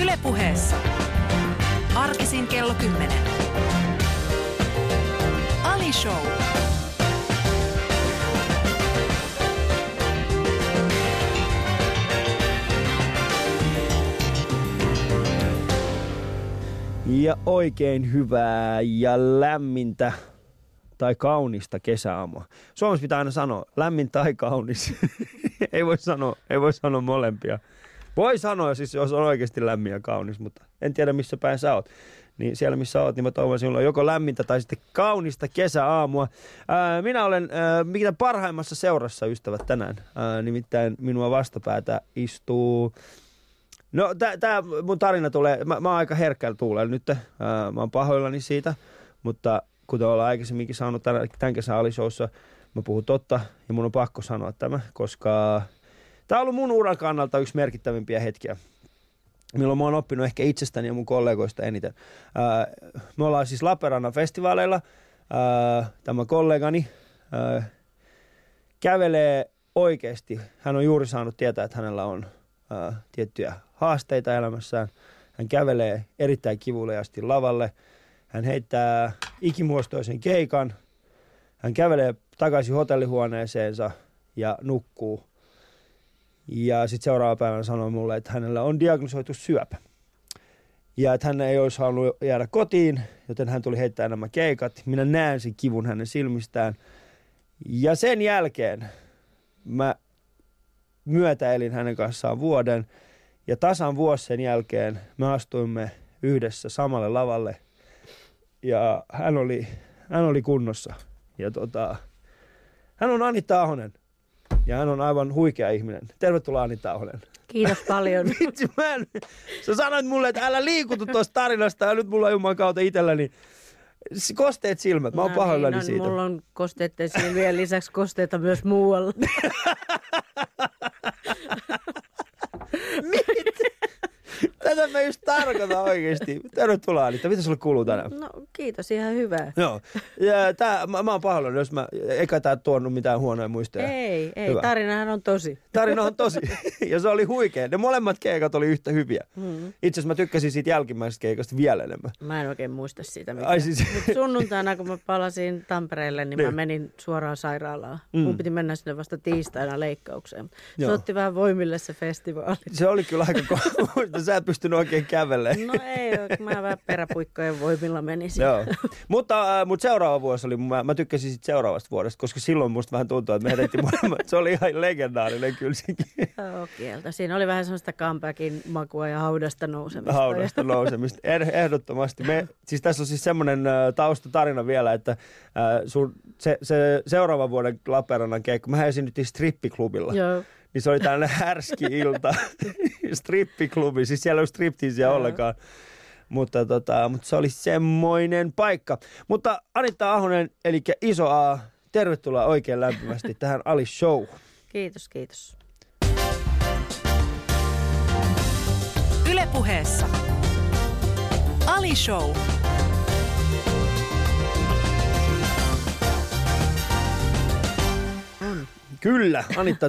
Yle Puheessa. Arkisin kello 10. Ali Show. Ja oikein hyvää ja lämmintä tai kaunista kesäaamua. Suomessa pitää aina sanoa lämmin tai kaunis. ei voi sanoa molempia. Voi sanoa siis, jos on oikeasti lämmin ja kaunis, mutta en tiedä missä päin sä oot. Niin siellä missä oot, niin mä toivon sinulla joko lämmintä tai sitten kaunista kesäaamua. Minä olen mitä parhaimmassa seurassa, ystävät, tänään. Nimittäin minua vastapäätä istuu... No tää mun tarina tulee, mä oon aika herkkällä tuulella nyt, mä oon pahoillani siitä, mutta kuten ollaan aikaisemminkin saanut tämän kesän Ali-showssa, mä puhun totta ja mun on pakko sanoa tämä, koska tää on ollut mun uran kannalta yksi merkittävimpiä hetkiä, milloin mä oon oppinut ehkä itsestäni ja mun kollegoista eniten. Me ollaan siis Lappeenrannan festivaaleilla, tämä kollegani kävelee oikeasti, hän on juuri saanut tietää, että hänellä on tiettyjä haasteita elämässään. Hän kävelee erittäin kivuliaasti lavalle. Hän heittää ikimuistoisen keikan. Hän kävelee takaisin hotellihuoneeseensa ja nukkuu. Ja sitten seuraava päivänä sanoi mulle, että hänellä on diagnosoitu syöpä. Ja että hän ei olisi halunnut jäädä kotiin, joten hän tuli heittää nämä keikat. Minä näen sen kivun hänen silmistään. Ja sen jälkeen mä myötäelin hänen kanssaan vuoden ja tasan vuosi sen jälkeen me astuimme yhdessä samalle lavalle ja hän oli kunnossa. Ja hän on Anitta Ahonen ja hän on aivan huikea ihminen. Tervetuloa Anitta Ahonen. Kiitos paljon. Vitsi, sä sanoit mulle, että älä liikutu tuosta tarinasta ja nyt mulla on juman kautta itselläni kosteet silmät. Mä oon pahoillani siitä. Mulla on kosteiden silmien lisäksi kosteita myös muualla. Tätä mä just tarkoitan oikeesti. Tervetuloa Anitta. Mitä sulle kuuluu tänään? No kiitos, ihan hyvää. Joo. Ja mä oon pahoillani, jos eikä tää tuonut mitään huonoja muistoja. Ei. Hyvä. Tarinahan on tosi. Tarina on tosi. Ja se oli huikea. Ne molemmat keikat oli yhtä hyviä. Itse asiassa mä tykkäsin siitä jälkimmäisestä keikasta vielä enemmän. Mä en oikein muista siitä mitään. Mut sunnuntaina, kun mä palasin Tampereelle, niin mä menin suoraan sairaalaan. Mun piti mennä sinne vasta tiistaina leikkaukseen. Se otti vähän voimille se festivaali. Se oli kyllä aika kohdasta. Sä et pystynyt oikein kävelemään. No ei, mä vähän peräpuikkojen voimilla menisin. Joo. Mutta seuraava vuosi oli, mä tykkäsin siitä seuraavasta vuodesta, koska silloin musta vähän tuntuu, että me hedettiin molemmat. Se oli ihan legendaarinen kyllä sekin. Joo, kieltä. Siinä oli vähän semmoista comebackin makua ja haudasta nousemista. Haudasta nousemista, ehdottomasti. Siis tässä on siis semmoinen taustatarina vielä, että se seuraavan vuoden Lappeenrannan keikka, mä esiinnyttiin strippiklubilla. Joo. Niin se oli tällainen härski ilta, strippiklubi, siis siellä ei ole striptiisiä ollenkaan, mutta se oli semmoinen paikka. Mutta Anitta Ahonen, eli iso A, tervetuloa oikein lämpimästi tähän Ali Show. Kiitos, kiitos. Yle Puheessa. Ali Show. Kyllä, Anitta,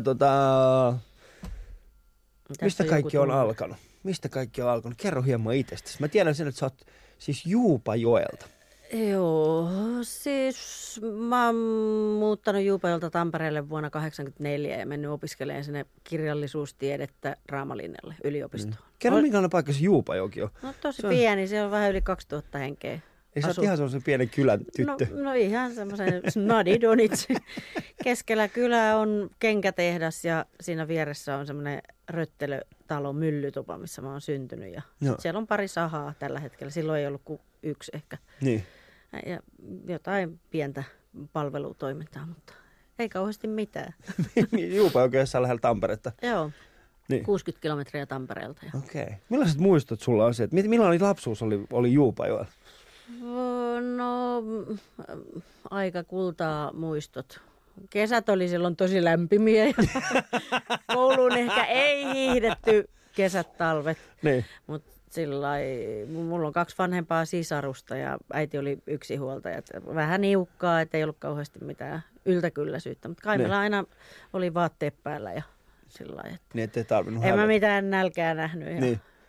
mistä kaikki on alkanut? Mistä kaikki on alkanut? Kerro hieman itsestäsi. Mä tiedän sen, että sä oot siis Juupajoelta. Joo, siis mä oon muuttanut Juupajoelta Tampereelle vuonna 1984 ja mennyt opiskelemaan sinne kirjallisuustiedettä Raamalinnalle yliopistoon. Kerro, minkälainen paikka se Juupajoki on? No tosi pieni, se on vähän yli 2000 henkeä. Ei sä oot ihan semmoisen pienen kylän tyttö. No ihan semmoisen snadidonitsi. Keskellä kylää on kenkätehdas ja siinä vieressä on semmoinen röttelötalo Myllytupa, missä mä oon syntynyt. Ja siellä on pari sahaa tällä hetkellä. Silloin ei ollut kuin yksi ehkä. Niin. Ja jotain pientä palvelutoimintaa, mutta ei kauheasti mitään. Juupajoki on lähellä Tamperetta. Joo. Niin. 60 kilometriä Tampereelta. Okei. Millaiset muistot sulla on se? Millainen lapsuus oli Juupajoella? No, aika kultaa muistot. Kesät oli silloin tosi lämpimiä ja kouluun ehkä ei hiihdetty kesät, talvet. Niin. Mutta mulla on 2 vanhempaa sisarusta ja äiti oli yksinhuoltaja. Vähän niukkaa, ettei ollut kauheasti mitään yltäkylläisyyttä. Mutta kai meillä aina oli vaatteet päällä ja sillä lailla. Niin, ettei tarvinnut en mä mitään nälkää nähnyt. Ja niin.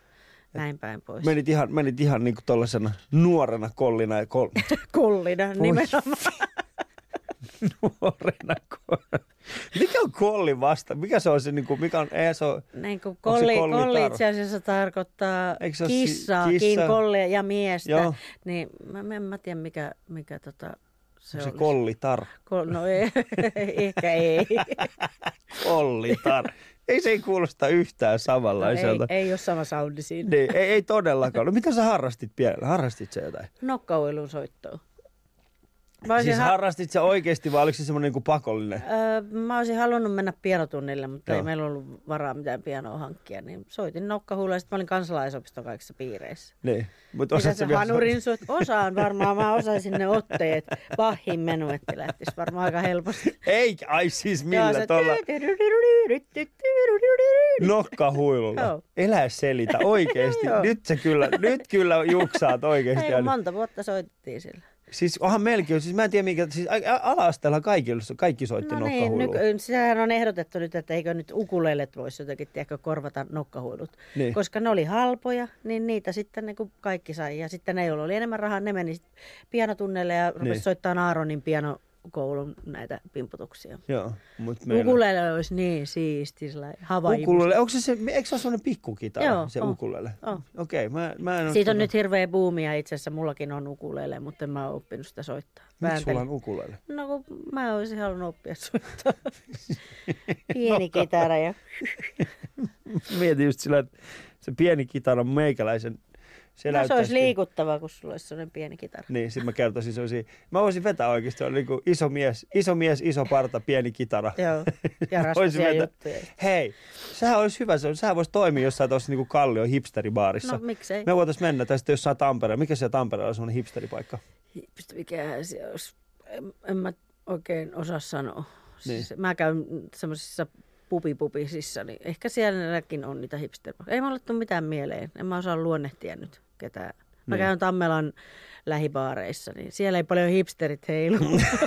näin päin pois. Menit ihan niinku tollasena nuorena kollina. Kollina nimenomaan. Nuorena kollina. Mikä on kolli vasta? Mikä se on se, niinku, mikä on, ei se on... Niin kuin kolli itse asiassa tarkoittaa kissaakin, kollia ja miestä. Joo. Niin mä tiedä mikä se on. Se kollitar. No ehkä ei. Kollitar. Ei kuulosta yhtään samanlaiselta. No ei ole sama soundi siinä. Niin, ei todellakaan. No mitä sä harrastit pienellä? Harrastit sä jotain? Nokkauilun soittoa. Harrastit sä oikeasti vai oliko se semmoinen niin pakollinen? Mä olisin halunnut mennä pianotunnille, mutta ei meillä ollut varaa mitään pianoa hankkia. Niin soitin nokkahuilua ja sitten mä olin kansalaisopiston kaikissa piireissä. Niin. Mitä sä hanurin osaan varmaan, mä osaisin ne otteet. Bachin menuetti lähtisi varmaan aika helposti. Ei, ai siis millä tuolla? Nokkahuilulla. Joo. Elä selitä oikeesti. Nyt kyllä juksaat oikeesti. Ei, monta vuotta soitettiin sillä. Siis onhan melkein, siis mä en tiedä mikä, siis ala-asteella kaikki soitti nokkahuilua. Niin, sehän on ehdotettu nyt, että eikö nyt ukulelet voisi jotenkin korvata nokkahuilut. Niin. Koska ne oli halpoja, niin niitä sitten niin kuin kaikki sai. Ja sitten ne, joilla oli enemmän rahaa, ne meni pianotunneille ja rupesi soittamaan Aaronin pianokoulun näitä pimputuksia. Joo, mutta ukulele olisi niin siisti, Hawaii. Ukulele, eikö se ole sellainen pikkukitara, joo, se ukulele? Okei, mä en siitä on nyt hirveä buumia, itse asiassa mullakin on ukulele, mutta en mä ole oppinut sitä soittaa. Miksi sulla on ukulele? No kun mä olisin halunnut oppia soittaa. Pieni kitara ja... Mietin just sillä, että se pieni kitara on meikäläisen... Se olisi liikuttavaa, kun sulla olisi sellainen pieni kitara. Niin, sitten mä kertoisin sellaisia. Mä voisin vetää oikeasti, on niin kuin iso mies, iso parta, pieni kitara. Joo, ja raskaisia juttuja. Hei, sehän olisi hyvä, sehän voisi toimia jossain tuossa niin kuin Kallion hipsteribaarissa. No miksei. Me voitaisiin mennä tästä jossain Tampereella. Mikä siellä Tampereella on sellainen hipsteripaikka? Mikähän se olisi? En mä oikein osaa sanoa. Niin. Mä käyn semmoisissa pupisissa, niin ehkä sielläkin on niitä hipsteripaikkoja. Ei mä ole tullut mitään mieleen. En mä osaa luonnehtia nyt ketään. Mä käyn Tammelan lähibaareissa, niin siellä ei paljon hipsterit heilu.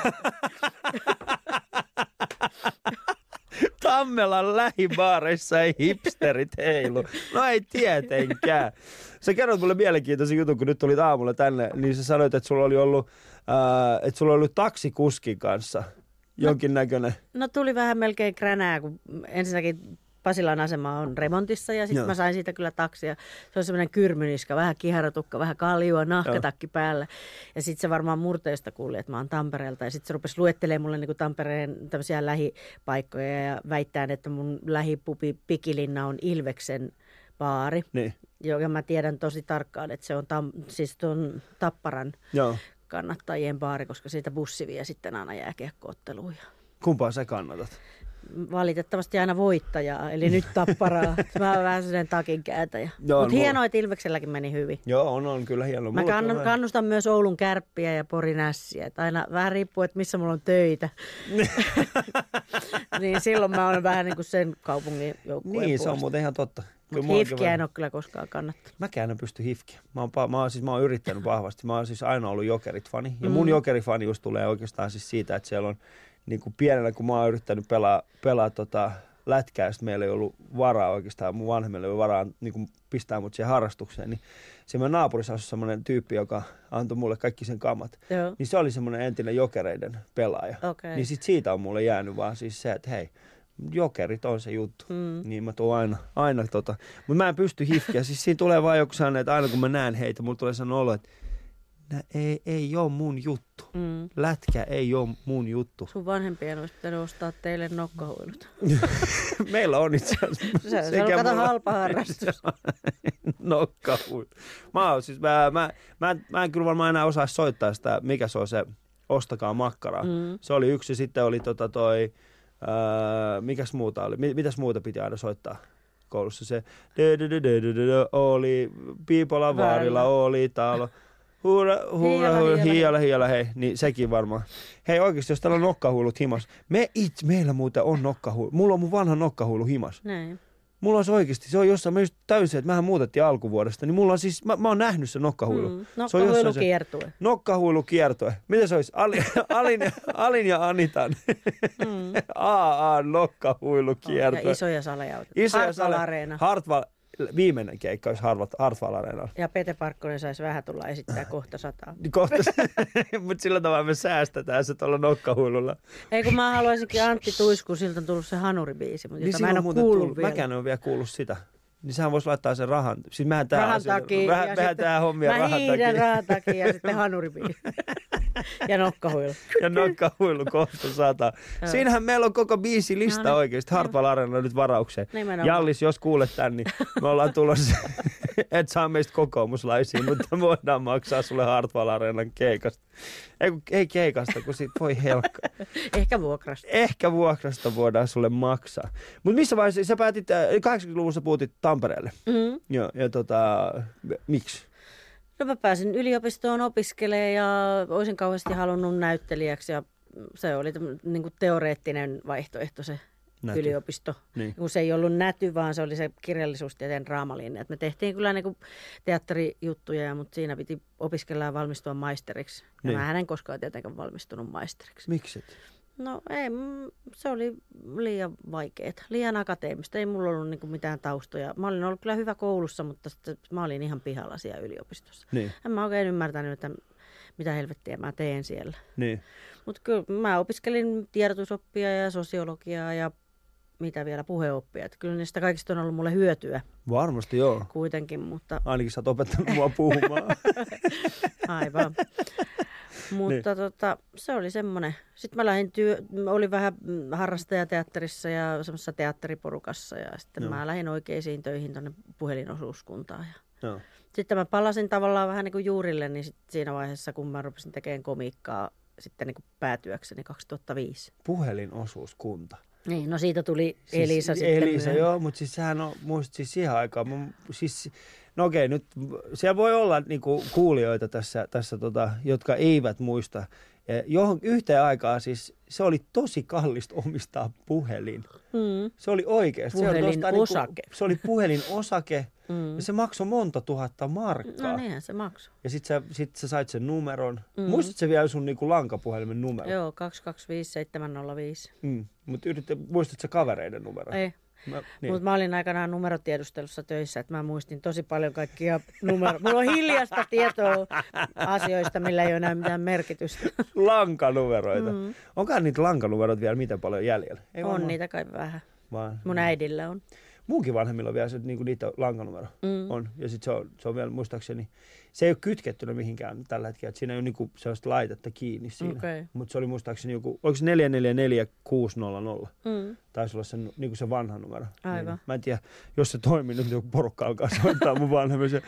Tammelan lähibaareissa ei hipsterit heilu. No ei tietenkään. Sä kerrot mulle mielenkiintoisen jutun, kun nyt tulit aamulla tänne, niin sä sanoit, että sulla oli ollut taksikuskin kanssa jonkinnäköinen. No tuli vähän melkein kränää, kun ensinnäkin Pasilan asema on remontissa ja sitten mä sain siitä kyllä taksia. Se on semmoinen kyrmyniska, vähän kiharatukka, vähän kaljua, nahkatakki päällä. Ja sitten se varmaan murteesta kuuli, että mä oon Tampereelta. Ja sitten se rupesi luettelemaan mulle niinku Tampereen tämmöisiä lähipaikkoja ja väittää, että mun lähipupi Pikilinna on Ilveksen baari. Niin. Joka mä tiedän tosi tarkkaan, että se on siis tuon Tapparan kannattajien baari, koska siitä bussi vie sitten aina jääkiekko-otteluun. Kumpaa sä kannatat? Valitettavasti aina voittajaa, eli nyt Tapparaa. Mä oon vähän sellainen takinkääntäjä. Mutta hienoa, että Ilvekselläkin meni hyvin. Joo, on kyllä hienoa. Mä kannustan myös Oulun Kärppiä ja Porin Ässiä. Että aina vähän riippuu, että missä mulla on töitä. Niin silloin mä oon vähän niin kuin sen kaupungin joukkueen Niin, puolesta. se on muuten ihan totta. Mutta hifkiä en ole kyllä koskaan kannattanut. Mäkään en pysty hifkiä. Mä oon yrittänyt vahvasti. Mä oon siis aina ollut Jokerit-fani. Ja mun Jokerifani just tulee oikeastaan siis siitä, että siellä on niin kuin pienenä, kun mä oon yrittänyt pelaa lätkää, ja meillä ei ollut varaa oikeastaan, mun vanhemmille ei ollut varaa niin kuin pistää mut siihen harrastukseen, niin siellä naapurissa asui semmoinen tyyppi, joka antoi mulle kaikki sen kamat. Joo. Niin se oli semmoinen entinen Jokereiden pelaaja. Okay. Niin sit siitä on mulle jäänyt vaan siis se, että hei, Jokerit on se juttu. Niin mä tuon aina mutta mä en pysty hifkiä. Siis siinä tulee vaan joku sellainen, että aina kun mä näen heitä, mulla tulee sellainen olo, että ei ole mun juttu. Lätkä ei ole mun juttu. Sun vanhempien olisi pitänyt ostaa teille nokkahuilut. Meillä on itse asiassa. Se on kato halpa harrastus. Nokkahuilut. Mä en kyllä varmaan enää osaa soittaa sitä, mikä se on se ostakaa makkaraa. Se oli yksi, sitten oli mikäs muuta oli? Mitäs muuta piti aina soittaa koulussa? Se oli Piipolan vaarilla, oli talo. Hurra, hiala, hei. Niin sekin varmaan. Hei oikeasti, jos täällä on nokkahuilut himas. Meillä muuten on nokkahuilu. Mulla on mun vanha nokkahuilu himas. Näin. Mulla on se oikeasti, se on jossain, mä just täysin, että mehän muutettiin alkuvuodesta, niin mulla on siis, mä oon nähnyt sen nokkahuilun. Nokkahuilukiertue. Nokkahuilukiertue. Mitä se olisi? Alin ja Anitan. AA nokkahuilukiertue. Ja isoja saleja. Hartwall Areena. viimeinen keikka olisi Hartwall Areenalla. Ja Pete Parkkonen saisi vähän tulla esittää kohta 100. Kohta, mutta sillä tavalla me säästetään se tuolla nokkahuilulla. Ei kun mä haluaisinkin Antti Tuisku, siltä on tullut se Hanuri-biisi, mutta niin jota mä en ole kuullut vielä. Mäkään en ole vielä kuullut sitä. Niin sehän voisi laittaa sen rahan. Siis mehän rahan takia. Mehän tää hommia rahan takia. Mä hiidän rahan takia ja sitten Hanuri-biisi. Ja nokkahuilu. Ja nokkahuilu kohta 100. Siinähän meillä on koko biisilista no, oikeasti. Hartwall Areenalla nyt varaukseen. Jallis, jos kuulet tän, niin me ollaan tulossa. Et saa meistä kokoomuslaisia, mutta voidaan maksaa sulle Hartwall Areenan keikasta. Ei keikasta, kun siitä voi helkkaa. Ehkä vuokrasta voidaan sulle maksaa. Mutta missä vaiheessa sä päätit, 80-luvussa puhutit Tampereelle. Mm-hmm. Ja miksi? No mä pääsin yliopistoon opiskelemaan ja olisin kauheasti halunnut näyttelijäksi ja se oli niin kuin teoreettinen vaihtoehto se yliopisto. Niin. Kun se ei ollut näty, vaan se oli se kirjallisuustieteen draamalinja. Me tehtiin kyllä niin kuin teatterijuttuja, mutta siinä piti opiskella ja valmistua maisteriksi. Ja mä en koskaan tietenkään valmistunut maisteriksi. Miksi? No ei, se oli liian vaikeaa, liian akateemista. Ei mulla ollut niinku mitään taustoja. Mä olin ollut kyllä hyvä koulussa, mutta mä olin ihan pihalla siellä yliopistossa. Niin. En mä oikein ymmärtänyt, että mitä helvettiä mä teen siellä. Niin. Mutta kyllä mä opiskelin tiedotusoppia ja sosiologiaa ja mitä vielä puheoppia. Että kyllä niistä kaikista on ollut mulle hyötyä. Varmasti joo. Kuitenkin, mutta... Ainakin sä oot opettanut mua puhumaan. Aivan. Mutta se oli semmoinen. Sitten mä lähdin olin vähän harrastajateatterissa ja semmoisessa teatteriporukassa ja sitten mä lähdin oikeisiin töihin tuonne puhelinosuuskuntaan. Sitten mä palasin tavallaan vähän niin kuin juurille, niin siinä vaiheessa, kun mä rupesin tekemään komiikkaa sitten niin kuin päätyökseni 2005. Puhelinosuuskunta. Niin, no siitä tuli Elisa sitten Elisa, myöhemmin. Joo, mutta siis sehän on muista siis siihen aikaan. No okei, nyt siellä voi olla niinku kuulijoita tässä jotka eivät muista. Yhteen aikaan siis se oli tosi kallista omistaa puhelin. Se oli oikeasti. Puhelinosake. Se oli puhelinosake ja se maksoi monta tuhatta markkaa. No niinhän se maksoi. Ja sit sä sait sen numeron. Muistatko sä vielä sun niinku lankapuhelimen numero? Joo, 225705. Mutta muistatko sä kavereiden numero? Ei. Mutta mä olin aikanaan numerotiedustelussa töissä, että mä muistin tosi paljon kaikkia numeroita. Mulla on hiljaista tietoa asioista, millä ei ole enää mitään merkitystä. Lankanumeroita. Onkohan niitä lankanumeroita vielä miten paljon jäljellä? Ei on niitä kai vähän. Mun äidillä on. Munkin vanhemmilla on vielä se, niinku niitä lankanumero on. Ja sitten se on vielä muistaakseni, se ei ole kytkettynä mihinkään tällä hetkellä. Että siinä ei ole niinku sellaista laitetta kiinni siinä. Okay. Mutta se oli muistaakseni joku, oliko se 444600? Taisi olla niinku se vanha numero. Aivan. Niin, mä en tiedä, jos se toimii nyt, joku porukka alkaa soittaa mun vanhemmin se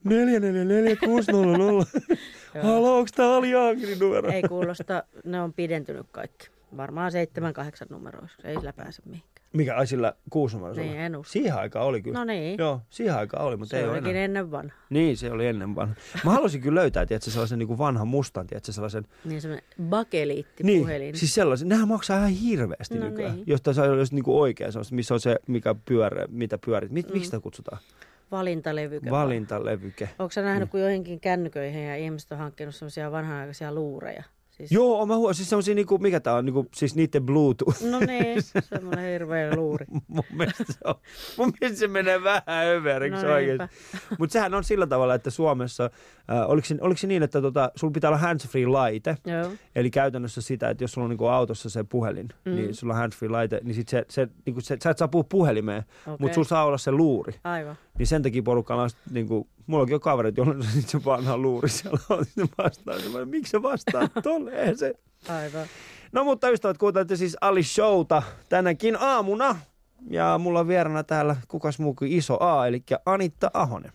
444600. Halo, onko tää Ali Ankrin numero? Ei kuulosta, ne on pidentynyt kaikki. Varmaan 7-8 numeroissa, ei sillä pääse mihinkään. Mikä ai sillä 6 numerossa? Niin, en usko. Siihen aikaan oli kyllä. No niin. Joo, siihen aikaan oli, mutta se ei ole enää. Se olikin ennen vanha. Niin, se oli ennen vanha. Mä haluaisin kyllä löytää, tiedätkö, sellaisen niin kuin vanhan mustan, tiedätkö, sellaisen... Niin, semmoinen bakeliittipuhelin. Niin, siis sellaisen. Nehän maksaa ihan hirveästi nykyään. Niin. Josta saa olla niin kuin oikea sellaista, missä on se, mikä mitä pyörit. Miksi sitä kutsutaan? Valintalevyke. Valintalevyke. Onko sä nähnyt, kun joihinkin kännyköihin ja ihmiset on hankkinut semmoisia vanhanaikaisia luureja? Siis... Joo, mä huomasin, siis semmosia niinku, mikä tää on, niinku, siis niitten Bluetooth. No niin, semmoinen hirveä luuri. mun mielestä se menee vähän överiksi oikeesti. Mutta sehän on sillä tavalla, että Suomessa, oliko se niin, että sulla pitää olla hands-free-laite. Joo. Eli käytännössä sitä, että jos sulla on niinku autossa se puhelin, niin sulla on hands-free-laite, niin sit niinku, sä et saa puhua puhelimeen, mutta sulla saa olla se luuri. Aivan. Niin sen takia porukalla on niinku, mullakin on kaverit, joilla on se vanha luuri siellä on, sitten vastaan. Miksi se vastaa tolleen se? Aivan. No mutta ystävät, kuuntelette siis Ali Showta tänäkin aamuna. Ja mulla on vieraana täällä kukas muu kuin iso A, eli Anitta Ahonen.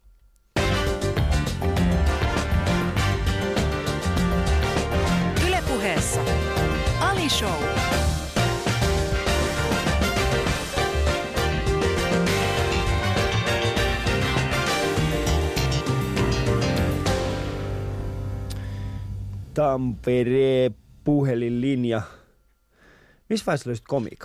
Yle Puheessa Ali Show. Tampere puhelinlinja. Missä vaiheessa löysit komiikka?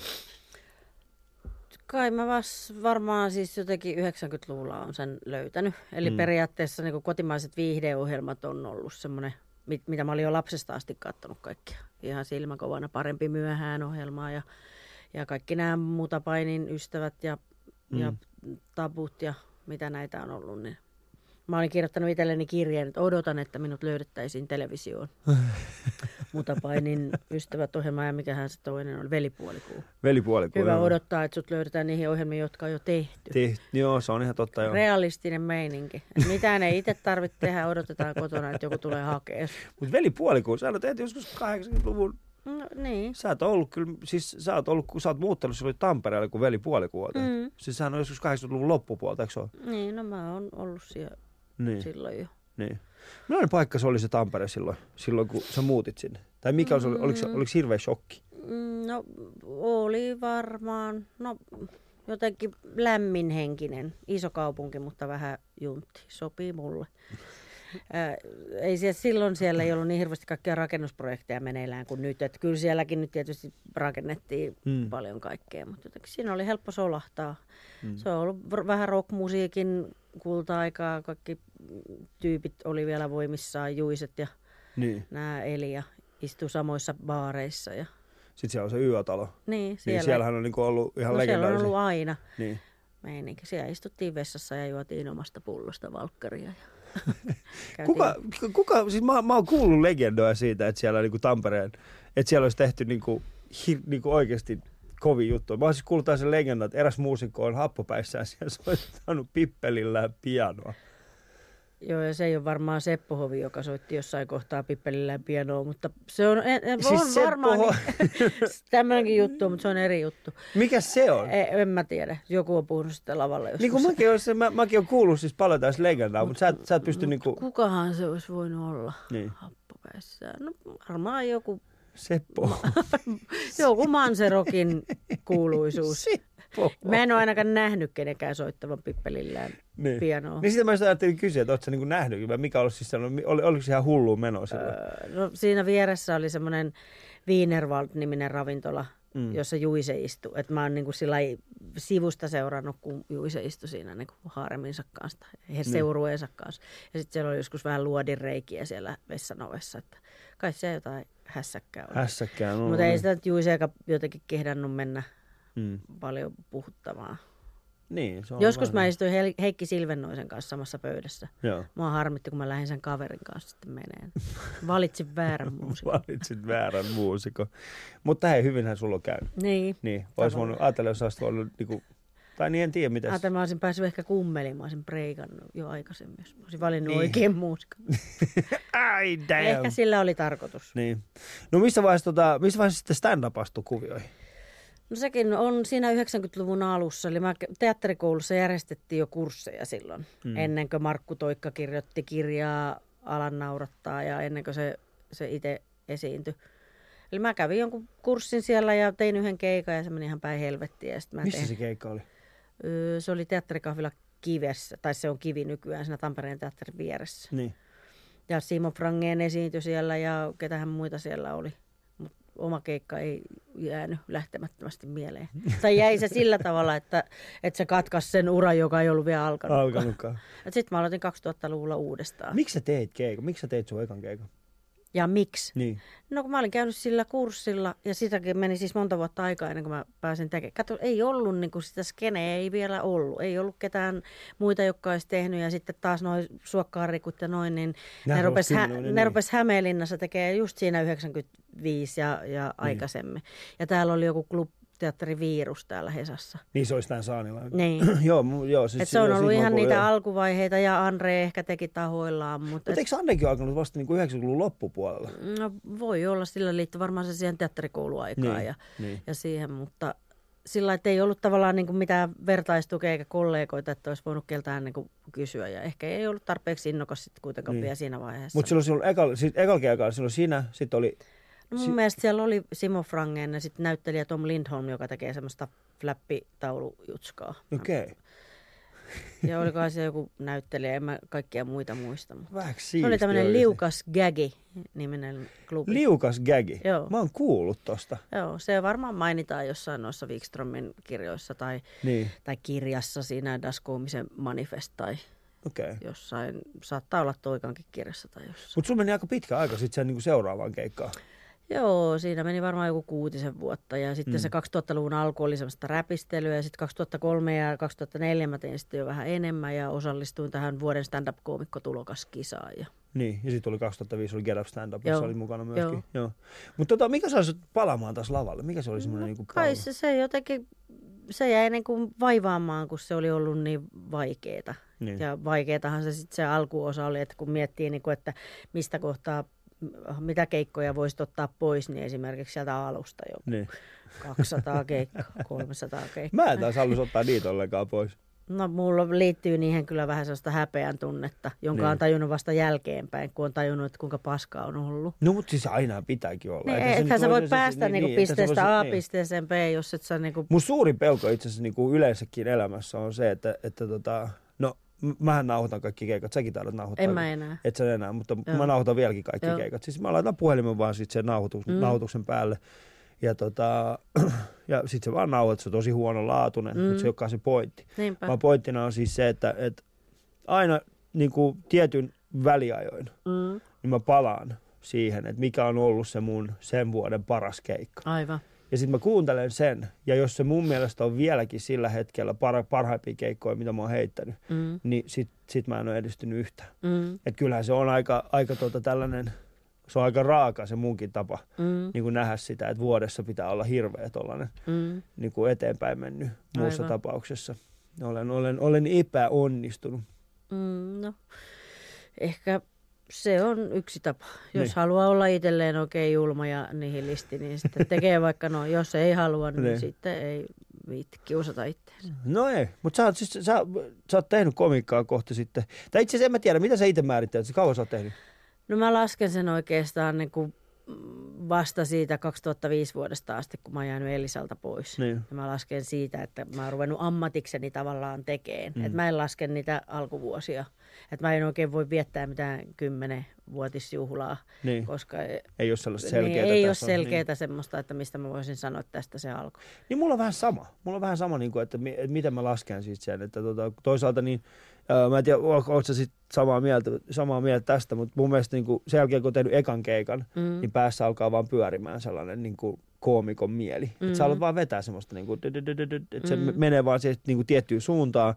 Kai mä varmaan siis jotenkin 90-luvulla on sen löytänyt. Eli periaatteessa niin kotimaiset viihdeohjelmat on ollut semmoinen, mitä mä olin jo lapsesta asti katsonut kaikkia. Ihan silmäkovana Parempi myöhään -ohjelmaa ja kaikki nämä Mutapainin ystävät ja tabut ja mitä näitä on ollut, niin mä olin kirjoittanut itselleni kirjeen, että odotan, että minut löydettäisiin televisioon. Mutapainin ystävät-ohjelma ja mikähän se toinen on, Velipuolikuu. Velipuolikuu. Hyvä odottaa, että sut löydetään niihin ohjelmiin, jotka on jo tehty. Joo, se on ihan totta. Joo. Realistinen meininki. Mitään ei itse tarvitse tehdä, odotetaan kotona, että joku tulee hakemaan. Mutta Velipuolikuu, sä olet joskus 80-luvun. No niin. Sä oot muuttanut silloin Tampereelle, kun Velipuolikuuta. Siis sehän on joskus 80-luvun loppupuolta, eikö se ole? Niin, no mä oon ollut siellä silloin jo. Niin. Millainen paikka se oli se Tampere silloin kun sä muutit sinne? Tai mikä oliko hirveä shokki? No oli varmaan, jotenkin lämminhenkinen, iso kaupunki, mutta vähän juntti, sopii mulle. Silloin siellä ei ollut niin hirveästi kaikkia rakennusprojekteja meneillään kuin nyt. Että kyllä sielläkin nyt tietysti rakennettiin paljon kaikkea, mutta jotenkin siinä oli helppo solahtaa. Se on ollut vähän rockmusiikin kulta-aikaa. Kaikki tyypit oli vielä voimissaan, Juiset ja nämä eli ja istui samoissa baareissa. Ja... Sitten siellä on se Yötalo. Niin, siellähän on niinku ollut ihan legendaarisia. Siellä on ollut aina. Niin. Meininki. Siellä istuttiin vessassa ja juotiin omasta pullosta valkkaria. Kuka, siis mä oon kuullut legendoja siitä, että siellä niinku Tampereen, että siellä olisi tehty niinku oikeasti kovin juttu. Mä oon siis kuullut sen legendan, että eräs muusikko on happopäissään siellä soittanut pippelillään pianoa. Joo, ja se ei ole varmaan Seppo Hovi, joka soitti jossain kohtaa pippelillään pianoa, mutta se on, siis on varmaan tämmöinenkin juttu, mutta se on eri juttu. Mikä se on? En mä tiedä. Joku on puhunut sitä lavalla joskus. Niin kuin mäkin olen kuullut siis paljon tästä legendaa, mutta sä et pysty niinku... Kukahan se olisi voinut olla happopäissään? No varmaan joku... Seppo. Joku Manserokin kuuluisuus. Mä en ole ainakaan nähnyt kenenkään soittavan pippelillään pianoa. Niin sitä mä ajattelin kysyä, että ootko sä niinku nähnyt, mikä olisi siis sanonut, oliko se ihan hullu meno silloin? No siinä vieressä oli semmoinen Wienerwald-niminen ravintola, jossa Juise istui. Et mä oon niinku sivusta seurannut, kun Juise istui siinä niinku haareminsa kanssa, seurueensa kanssa. Ja sitten siellä oli joskus vähän luodinreikiä siellä vessan ovessa, että kai se jotain hässäkkää oli. Mutta ei sitä Juiseakaan jotenkin kehdannut mennä paljon puhuttamaan. Niin, se on joskus mä istuin Heikki Silvennoisen kanssa samassa pöydässä. Joo. Mua harmitti, kun mä lähdin sen kaverin kanssa sitten meneen. Valitsin väärän muusikon. Valitsit väärän muusikon. Mutta hei, hyvinhän sulla on käynyt. Niin. Olisi voinut ajatella, jos olisit voinut niinku... Tai niin en tiedä mitä. Ajattelin, mä olisin päässyt ehkä kummeliin. Mä olisin breikannut jo aikaisemmin, jos mä olisin valinnut oikein muusikon. Ai damn. Ehkä sillä oli tarkoitus. Niin. No missä vaiheessa sitten stand-up astui kuvioihin? No sekin on siinä 90-luvun alussa. Eli teatterikoulussa järjestettiin jo kursseja silloin. Ennen kuin Markku Toikka kirjoitti kirjaa Alan naurattaa ja ennen kuin se itse esiintyi. Eli mä kävin jonkun kurssin siellä ja tein yhden keikan ja se meni ihan päin helvettiä. Missä se keikka oli? Se oli teatterikahvila Kivessä, tai se on Kivi nykyään siinä Tampereen teatterin vieressä. Niin. Ja Simo Frangén esiintyi siellä ja ketähän muita siellä oli. Mut oma keikka ei jäänyt lähtemättömästi mieleen. Tai jäi se sillä tavalla, että se katkaisi sen uran, joka ei ollut vielä alkanutkaan. Sitten mä aloitin 2000-luvulla uudestaan. Miksi sä teit keikan? Miksi sä teit sun ekan keikan? Ja miksi? Niin. No kun mä olin käynyt sillä kurssilla ja sitäkin meni siis monta vuotta aikaa ennen kuin mä pääsin tekemään. Kato, ei ollut niin kuin sitä skeneä, ei vielä ollut. Ei ollut ketään muita, jotka olisi tehnyt ja sitten taas noin suokkaarikut ja noin, niin ne rupes Hämeenlinnassa tekemään just siinä 95 ja aikaisemmin. Ja täällä oli joku teatteri Virus täällä Hesassa. Niin se olisi tämän Saanilla. Niin. joo. Siis se on ollut ihan niitä alkuvaiheita ja Andre ehkä teki tahoillaan. Mutta eikö Andrekin alkanut vasta niin kuin 90-luvun loppupuolella? No voi olla, sillä liittyy varmaan se siihen teatterikouluaikaan ja siihen, mutta sillä että ei ollut tavallaan niin kuin mitään vertaistukea eikä kollegoita, että olisi voinut keltään niin kuin kysyä ja ehkä ei ollut tarpeeksi innokas sitten kuitenkaan vielä siinä vaiheessa. Mutta silloin ekalla keikalla, silloin siinä sitten oli... No mun mielestä siellä oli Simo Frangén ja sitten näyttelijä Tom Lindholm, joka tekee semmoista flappitaulujutskaa. Okei. Okay. Ja olikohan se joku näyttelijä, en mä kaikkia muita muista. Se oli tämmöinen Liukas Gagi-niminen klubi. Liukas Gagi? Joo. Mä oon kuullut tosta. Joo, se varmaan mainitaan jossain noissa Wikströmin kirjoissa tai kirjassa siinä Das Komisen manifest tai jossain. Saattaa olla Toikankin kirjassa tai jossain. Mutta sulla meni aika pitkä aika sitten sen niinku seuraavaan keikkaan. Joo, siinä meni varmaan joku 6 vuotta ja sitten se 2000-luvun alku oli semmoista räpistelyä ja sitten 2003 ja 2004 mä tein sitten jo vähän enemmän ja osallistuin tähän vuoden stand-up-koomikko-tulokaskisaan. Niin, ja sitten oli 2005 oli Get Up Stand Up, jossa oli mukana myöskin. Joo. Mutta mikä sai sut palaamaan taas lavalle? Mikä se oli semmoinen niinku kai se jotenkin, se jäi niin kuin vaivaamaan, kun se oli ollut niin vaikeeta. Niin. Ja vaikeetahan se sitten se alkuosa oli, että kun miettii, niin kuin, että mistä kohtaa, mitä keikkoja voisit ottaa pois, niin esimerkiksi sieltä alusta jo niin. 200 keikkaa, 300 keikkaa. Mä en taas halus ottaa niitä ollenkaan pois. No mulla liittyy niihin kyllä vähän sellaista häpeän tunnetta, jonka on tajunnut vasta jälkeenpäin, kun on tajunnut, että kuinka paskaa on ollut. No mutta siis aina pitääkin olla. Niin, ethän sä voi päästä pisteestä A pisteeseen B, jos et sä niinku... Mun suurin pelko itse asiassa niinku yleensäkin elämässä on se, että no mähän nauhoitan kaikki keikat, säkin taidat nauhoittaa. En mä enää. Et sä enää, mutta mä nauhoitan vieläkin kaikki keikat. Siis mä laitan puhelimen vaan sit sen nauhoituksen päälle. Ja sit se vaan nauhoit, se on tosi huonolaatuinen, mutta se ei olekaan se pointti. Niinpä. Vaan pointtina on siis se, että aina niin kuin tietyn väliajoin niin mä palaan siihen, että mikä on ollut se mun sen vuoden paras keikka. Aivan. Ja sitten mä kuuntelen sen, ja jos se mun mielestä on vieläkin sillä hetkellä parhaimpia keikkoja, mitä mä oon heittänyt, niin sit mä en ole edistynyt yhtään. Että kyllähän se on aika tällainen... Se on aika raaka se munkin tapa niin kuin nähdä sitä, että vuodessa pitää olla hirveä tollainen niin kuin eteenpäin mennyt muussa Aivan. tapauksessa. Olen epäonnistunut. No, ehkä se on yksi tapa. Jos niin. haluaa olla itselleen oikein julma ja nihilisti, niin sitten tekee vaikka jos ei halua, niin sitten ei viitti kiusata itseänsä. No ei, mutta sä oot tehnyt komikkaa kohta sitten. Tai itse asiassa en mä tiedä, mitä sä itse määrittelet, kauan sä oot tehnyt? No mä lasken sen oikeastaan niin kuin vasta siitä 2005 vuodesta asti, kun mä oon jäänyt Elisalta pois. Niin. Ja mä lasken siitä, että mä oon ruvennut ammatikseni tavallaan tekemään. Että mä en laske niitä alkuvuosia. Että mä en oikein voi viettää mitään 10-vuotisjuhlaa, niin. koska ei ole sellaista selkeää. Ei ole selkeää semmoista, että mistä mä voisin sanoa, että tästä se alkoi. Niin mulla on vähän sama. Mulla on vähän sama, niin kuin, että miten mä lasken siitä sen. Että toisaalta niin, mä en tiedä, ootko sä sit samaa mieltä tästä, mutta mun mielestä niin kuin sen jälkeen, kun on tehnyt ekan keikan, niin päässä alkaa vaan pyörimään sellainen niin kuin koomikon mieli. Että sä alat vaan vetää semmoista, niin kuin, että se menee vaan siihen niin kuin tiettyyn suuntaan.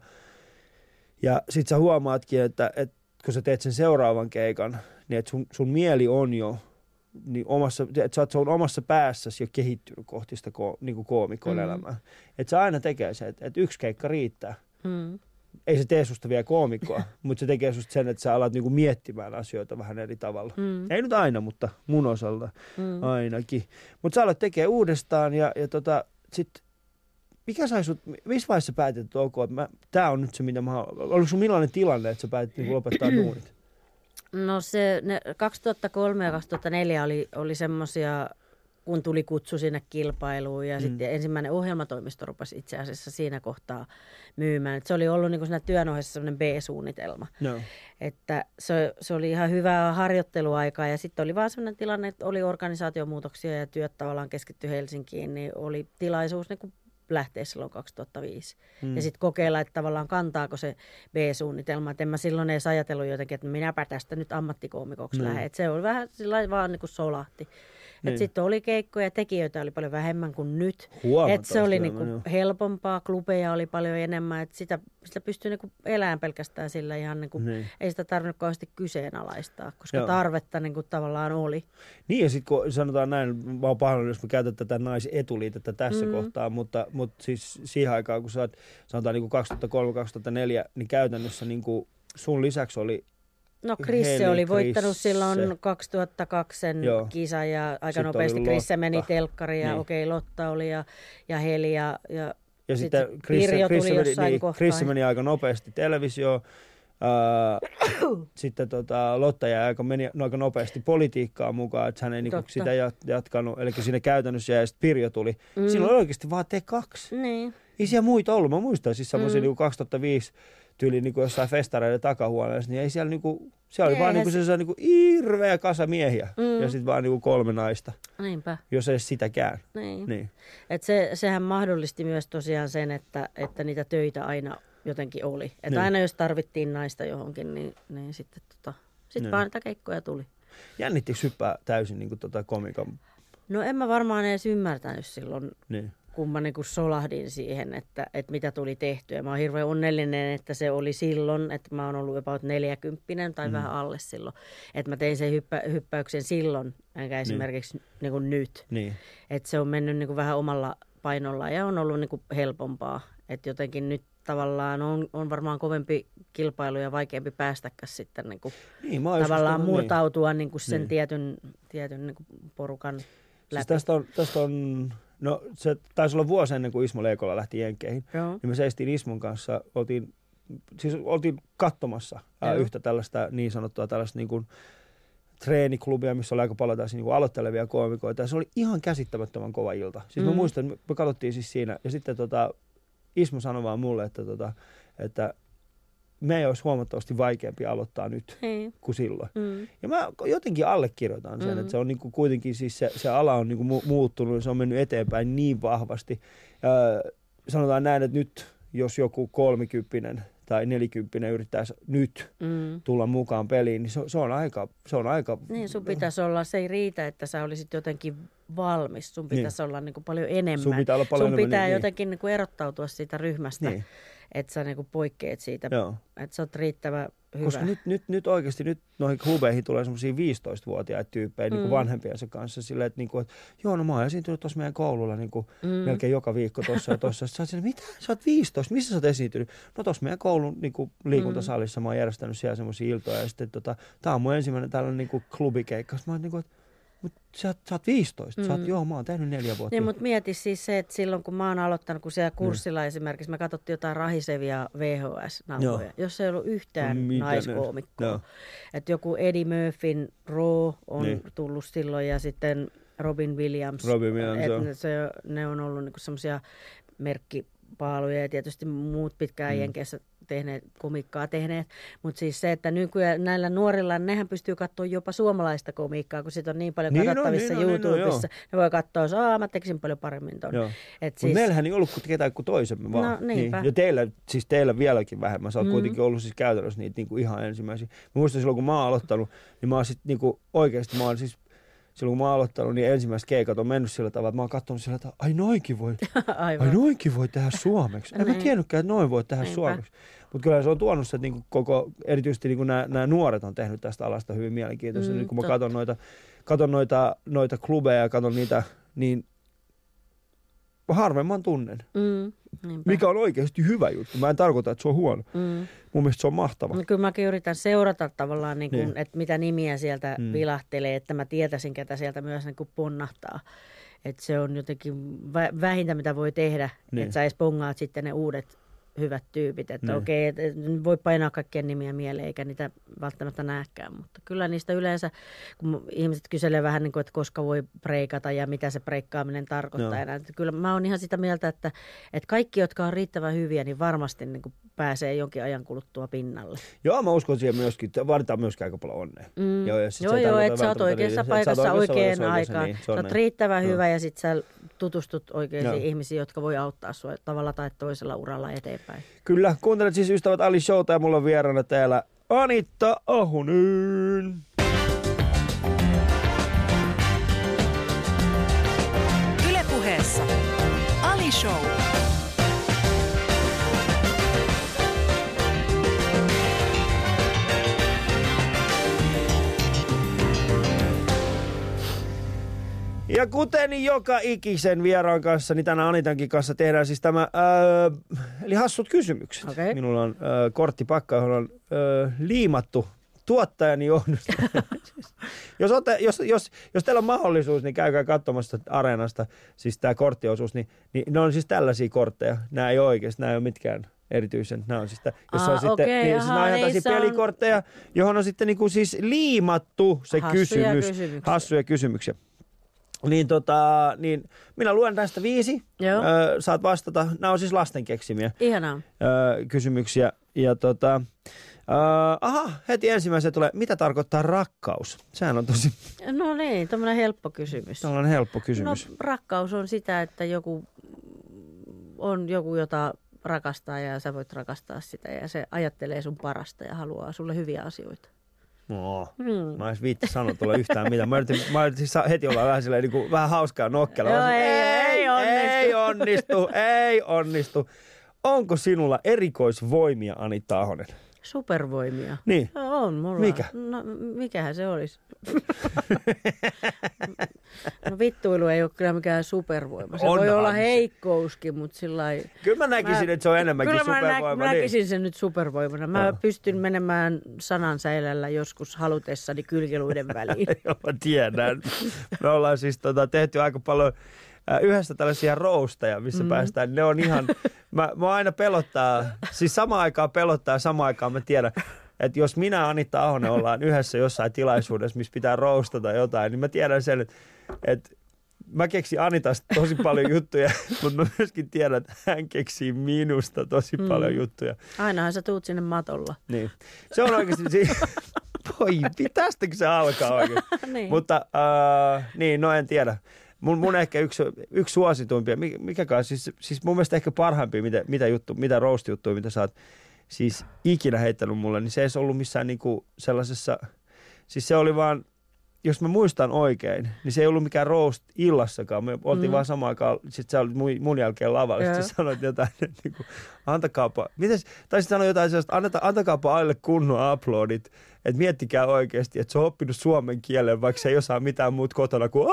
Ja sit sä huomaatkin, että kun sä teet sen seuraavan keikan, niin että sun mieli on jo niin että sä oot omassa päässäsi jo kehittynyt kohti sitä niin kuin koomikon elämää. Että se aina tekee se, että yksi keikka riittää. Ei se tee susta vielä koomikkoa, mutta se tekee susta sen, että sä alat niinku miettimään asioita vähän eri tavalla. Ei nyt aina, mutta mun osalta ainakin. Mutta sä alat tekee uudestaan ja sit mikä sai sut, missä vaiheessa päätit, että ok, että tää on nyt se, mitä mä haluan. Oliko sun millainen tilanne, että sä päätit niinku lopettaa duunit? No 2003 ja 2004 oli semmoisia, kun tuli kutsu sinne kilpailuun ja sitten ensimmäinen ohjelmatoimisto rupesi itse asiassa siinä kohtaa myymään. Et se oli ollut niin kuin siinä työn ohessa semmoinen B-suunnitelma. No. Että se oli ihan hyvää harjoitteluaikaa ja sitten oli vaan semmoinen tilanne, että oli organisaatiomuutoksia ja työt tavallaan keskittyi Helsinkiin, niin oli tilaisuus niin kuin lähteä silloin 2005. Ja sitten kokeilla, että tavallaan kantaako se B-suunnitelma. Et en mä silloin edes ajatellut jotenkin, että minäpä tästä nyt ammattikoomikoksi lähden. Et se oli vähän sillä vaan niin kuin solahti. Niin. Sitten oli keikkoja ja tekijöitä oli paljon vähemmän kuin nyt. Että se oli niinku helpompaa, klubeja oli paljon enemmän. Että sitä pystyi niinku elämään pelkästään sillä ihan niinku, ei sitä tarvinnut kauheasti kyseenalaistaa, koska tarvetta niinku tavallaan oli. Niin ja sitten kun sanotaan näin, mä oon pahoillani, jos mä käytän tätä naisetuliitettä tässä kohtaa, mutta siis siihen aikaan, kun sä oot, sanotaan niinku 2003-2004, niin käytännössä niinku sun lisäksi oli No Krisse oli voittanut silloin 2002 sen kisan ja aika nopeasti Krisse meni telkkariin ja Lotta oli ja Heli ja sitten Pirjo tuli jossain kohtaa. Krisse meni aika nopeasti televisioon. Sitten Lotta jäi aika nopeasti politiikkaan mukaan, että hän ei niinku sitä jatkanut. Eli siinä käytännössä ja sitten Pirjo tuli. Silloin oli oikeasti vaan te kaksi. Niin. Ei siellä muita ollut. Mä muistan siis semmoisia niinku 2005 tyyli niinku jossain festareiden takahuoneessa, niin ei siellä niinku, siellä oli vaan niinku sellainen niinku hirveä kasa miehiä ja sitten vaan niinku 3 naista. Niinpä. Jos edes sitäkään. Niin. Et sehän mahdollisti myös tosiaan sen, että niitä töitä aina jotenkin oli. Että aina jos tarvittiin naista johonkin, niin sitten vaan niitä keikkoja tuli. Jännittikö hyppää täysin niinku komikan No en mä varmaan edes ymmärtänyt silloin, Niin. kun mä niinku solahdin siihen, että mitä tuli tehtyä. Mä oon hirveän onnellinen, että se oli silloin, että mä oon ollut about 40 tai vähän alle silloin. Että mä tein sen hyppäyksen silloin, enkä esimerkiksi niinku nyt. Niin. Että se on mennyt niinku vähän omalla painolla ja on ollut niinku helpompaa. Että jotenkin nyt tavallaan on varmaan kovempi kilpailu ja vaikeampi päästäkäs sitten niinku tavallaan murtautua niinku sen tietyn niinku porukan läpi. Siis tästä on, no se taisi olla vuosi ennen kuin Ismo Leikola lähti Jenkeihin. Joo. Niin me seistiin Ismon kanssa, oltiin katsomassa yhtä tällaista niin sanottua tällaista niin kuin treeniklubia, missä oli aika paljon taas niin kuin aloittelevia koomikoita. Ja se oli ihan käsittämättömän kova ilta. Siis mä muistan, että me katsottiin siis siinä ja sitten Ismo sanoi vaan mulle, että me ei olisi huomattavasti vaikeampi aloittaa nyt kuin silloin. Ja mä jotenkin allekirjoitan sen, että se on niinku kuitenkin siis se ala on niinku muuttunut ja se on mennyt eteenpäin niin vahvasti. Sanotaan näin, että nyt jos joku 30 tai 40 yrittäisi nyt tulla mukaan peliin, niin se on aika... Niin, sun pitäisi olla, se ei riitä, että sä olisit jotenkin valmis. Sun pitäisi olla niinku paljon enemmän. Sun pitää jotenkin niinku erottautua siitä ryhmästä, että sä niinku poikkeet siitä, että sä oot riittävän hyvä. Koska nyt oikeasti noihin klubeihin tulee semmoisia 15-vuotiaita tyyppejä niin vanhempiensa kanssa silleen, että niinku, joo, no mä oon esiintynyt tuossa meidän koululla niinku melkein joka viikko tuossa ja tuossa. Sä oot silleen, mitä? Sä oot 15? Missä sä oot esiintynyt? No tuossa meidän koulun niinku liikuntasalissa mä oon järjestänyt siellä semmoisia iltoja ja sitten tää on mun ensimmäinen tällainen niinku klubikeikka. Mä oon niinku, mutta sä oot 15. Sä oot, joo, mä oon tehnyt 4 vuotta. Niin, mutta mieti siis se, että silloin kun mä oon aloittanut, kun siellä kurssilla esimerkiksi me katsottiin jotain rahisevia VHS-nauhoja, jos ei ollut yhtään naiskoomikkoa. Että joku Eddie Murphyn Raw on tullut silloin ja sitten Robin Williams. Ne on ollut niinku semmoisia merkkipaaluja ja tietysti muut pitkään Jenkeissä komikkaa tehneet, mutta siis se, että nykyään näillä nuorilla, nehän pystyy katsoa jopa suomalaista komiikkaa, kun sit on niin paljon katsottavissa YouTubessa. Ne voi katsoa, että mä tekisin paljon paremmin ton. Mutta meillähän ei ollut ketään kuin toisemme vaan. No, niinpä. Ja teillä vieläkin vähemmän. Sä oot kuitenkin ollut siis käytännössä niitä niinku ihan ensimmäisiä. Mä muistan silloin, kun mä oon aloittanut, niin mä oon sit niinku oikeesti, silloin kun mä oon aloittanut, niin ensimmäiset keikat on mennyt sillä tavalla, että mä oon katsonut sillä tavalla, että ai noinkin voi tehdä suomeksi. En mä tiennytkään, että noin voi tehdä suomeksi. Mutta kyllä se on tuonut se, että niinku erityisesti niinku nämä nuoret on tehnyt tästä alasta hyvin mielenkiintoista. Nyt kun mä katon noita klubeja ja katon niitä, niin harvemman tunnen. Mikä on oikeasti hyvä juttu. Mä en tarkoita, että se on huono. Mun mielestä se on mahtava. No, kyllä mäkin yritän seurata tavallaan, että mitä nimiä sieltä vilahtelee, että mä tietäisin, ketä sieltä myös ponnahtaa. Että se on jotenkin vähintä, mitä voi tehdä, että sä edes pongaat sitten ne uudet hyvät tyypit, että okei, voi painaa kaikkien nimiä mieleen, eikä niitä välttämättä näekään, mutta kyllä niistä yleensä, kun ihmiset kyselee vähän niin kuin, että koska voi breikata ja mitä se breikkaaminen tarkoittaa. Että kyllä mä oon ihan sitä mieltä, että kaikki, jotka on riittävän hyviä, niin varmasti niin kuin pääsee jonkin ajan kuluttua pinnalle. Joo, mä uskon siihen myöskin, että vaaditaan myöskin aika paljon onnea. Joo, että sä oot oikeassa paikassa oikeaan aikaan. Niin, sä oot riittävän hyvä ja sit sä tutustut oikeisiin ihmisiin, jotka voi auttaa sua tavalla tai toisella uralla eteenpäin. Kyllä, kuuntelet siis ystävät Ali Showta ja mulla on vieraana täällä Anitta Ahonen. Yle Puheessa Ali Show. Ja kuten joka ikisen vieraan kanssa, niin tänään Anitankin kanssa tehdään siis tämä, eli hassut kysymykset. Okay. Minulla on korttipakka, johon on liimattu tuottajani johdosta. jos teillä on mahdollisuus, niin käykää katsomassa Areenasta, siis tämä korttiosuus, niin ne on siis tällaisia kortteja. Nämä ei oikeasti, nämä ei ole mitkään erityisen. Nämä on siis, jossa on sitten pelikortteja, johon on sitten niinku siis liimattu se hassuja kysymyksiä. Niin minä luen tästä 5. Saat vastata. Nämä on siis lasten keksimiä. Ihanaa. Kysymyksiä. Ja heti ensimmäisenä tulee, mitä tarkoittaa rakkaus? Sehän on tosi... No niin, tämmöinen helppo kysymys. Tällainen helppo kysymys. No rakkaus on sitä, että joku, jota rakastaa ja sä voit rakastaa sitä ja se ajattelee sun parasta ja haluaa sulle hyviä asioita. No. Mä edes viitti sanoa tulla yhtään mitään. Mä yritin heti olla vähän silleen niin kuin, vähän hauskaa ja nokkela. Joo, ei onnistu. Onko sinulla erikoisvoimia, Anitta Ahonen? Supervoimia? Niin. No, on mulla. Mikä? No, mikähän se olisi? No vittuilu ei ole kyllä mikään supervoima. Se voi olla heikkouskin, mutta sillai... Kyllä mä näkisin, että se on enemmänkin supervoima. Kyllä mä näkisin sen nyt supervoimana. Mä pystyn menemään sanansäilällä joskus halutessani kylkiluiden väliin. Joo, mä tiedän. Me ollaan siis tehty aika paljon yhdessä tällaisia roosteja, missä päästään. Ne on ihan... Mä aina pelottaa, siis samaan aikaan mä tiedän, että jos minä ja Anitta Ahonen ollaan yhdessä jossain tilaisuudessa, missä pitää roostata jotain, niin mä tiedän sen, että mä keksin Anitasta tosi paljon juttuja, mutta mä myöskin tiedän, että hän keksii minusta tosi paljon juttuja. Ainahan sä tuut sinne matolla. Niin. Se on oikeasti... Voi, tästäkö se alkaa oikein? Niin. Mutta niin, no en tiedä. Mun ehkä yksi suosituimpia, mikäkään, siis mun mielestä ehkä parhaimpia, mitä roast-juttuja, mitä sä oot siis ikinä heittänyt mulle, niin se ei ollut missään niinku sellaisessa, siis se oli vaan, jos mä muistan oikein, niin se ei ollut mikään roast illassakaan. Me oltiin vaan samaan aikaan, sit sä olit mun jälkeen lavalla, sit sä sanoit jotain, että niinku, antakaapa, taisit sanoa jotain sellaista, antakaapa aille kunnon uploadit, että miettikää oikeasti, että se on oppinut suomen kielen, vaikka se ei osaa mitään muuta kotona kuin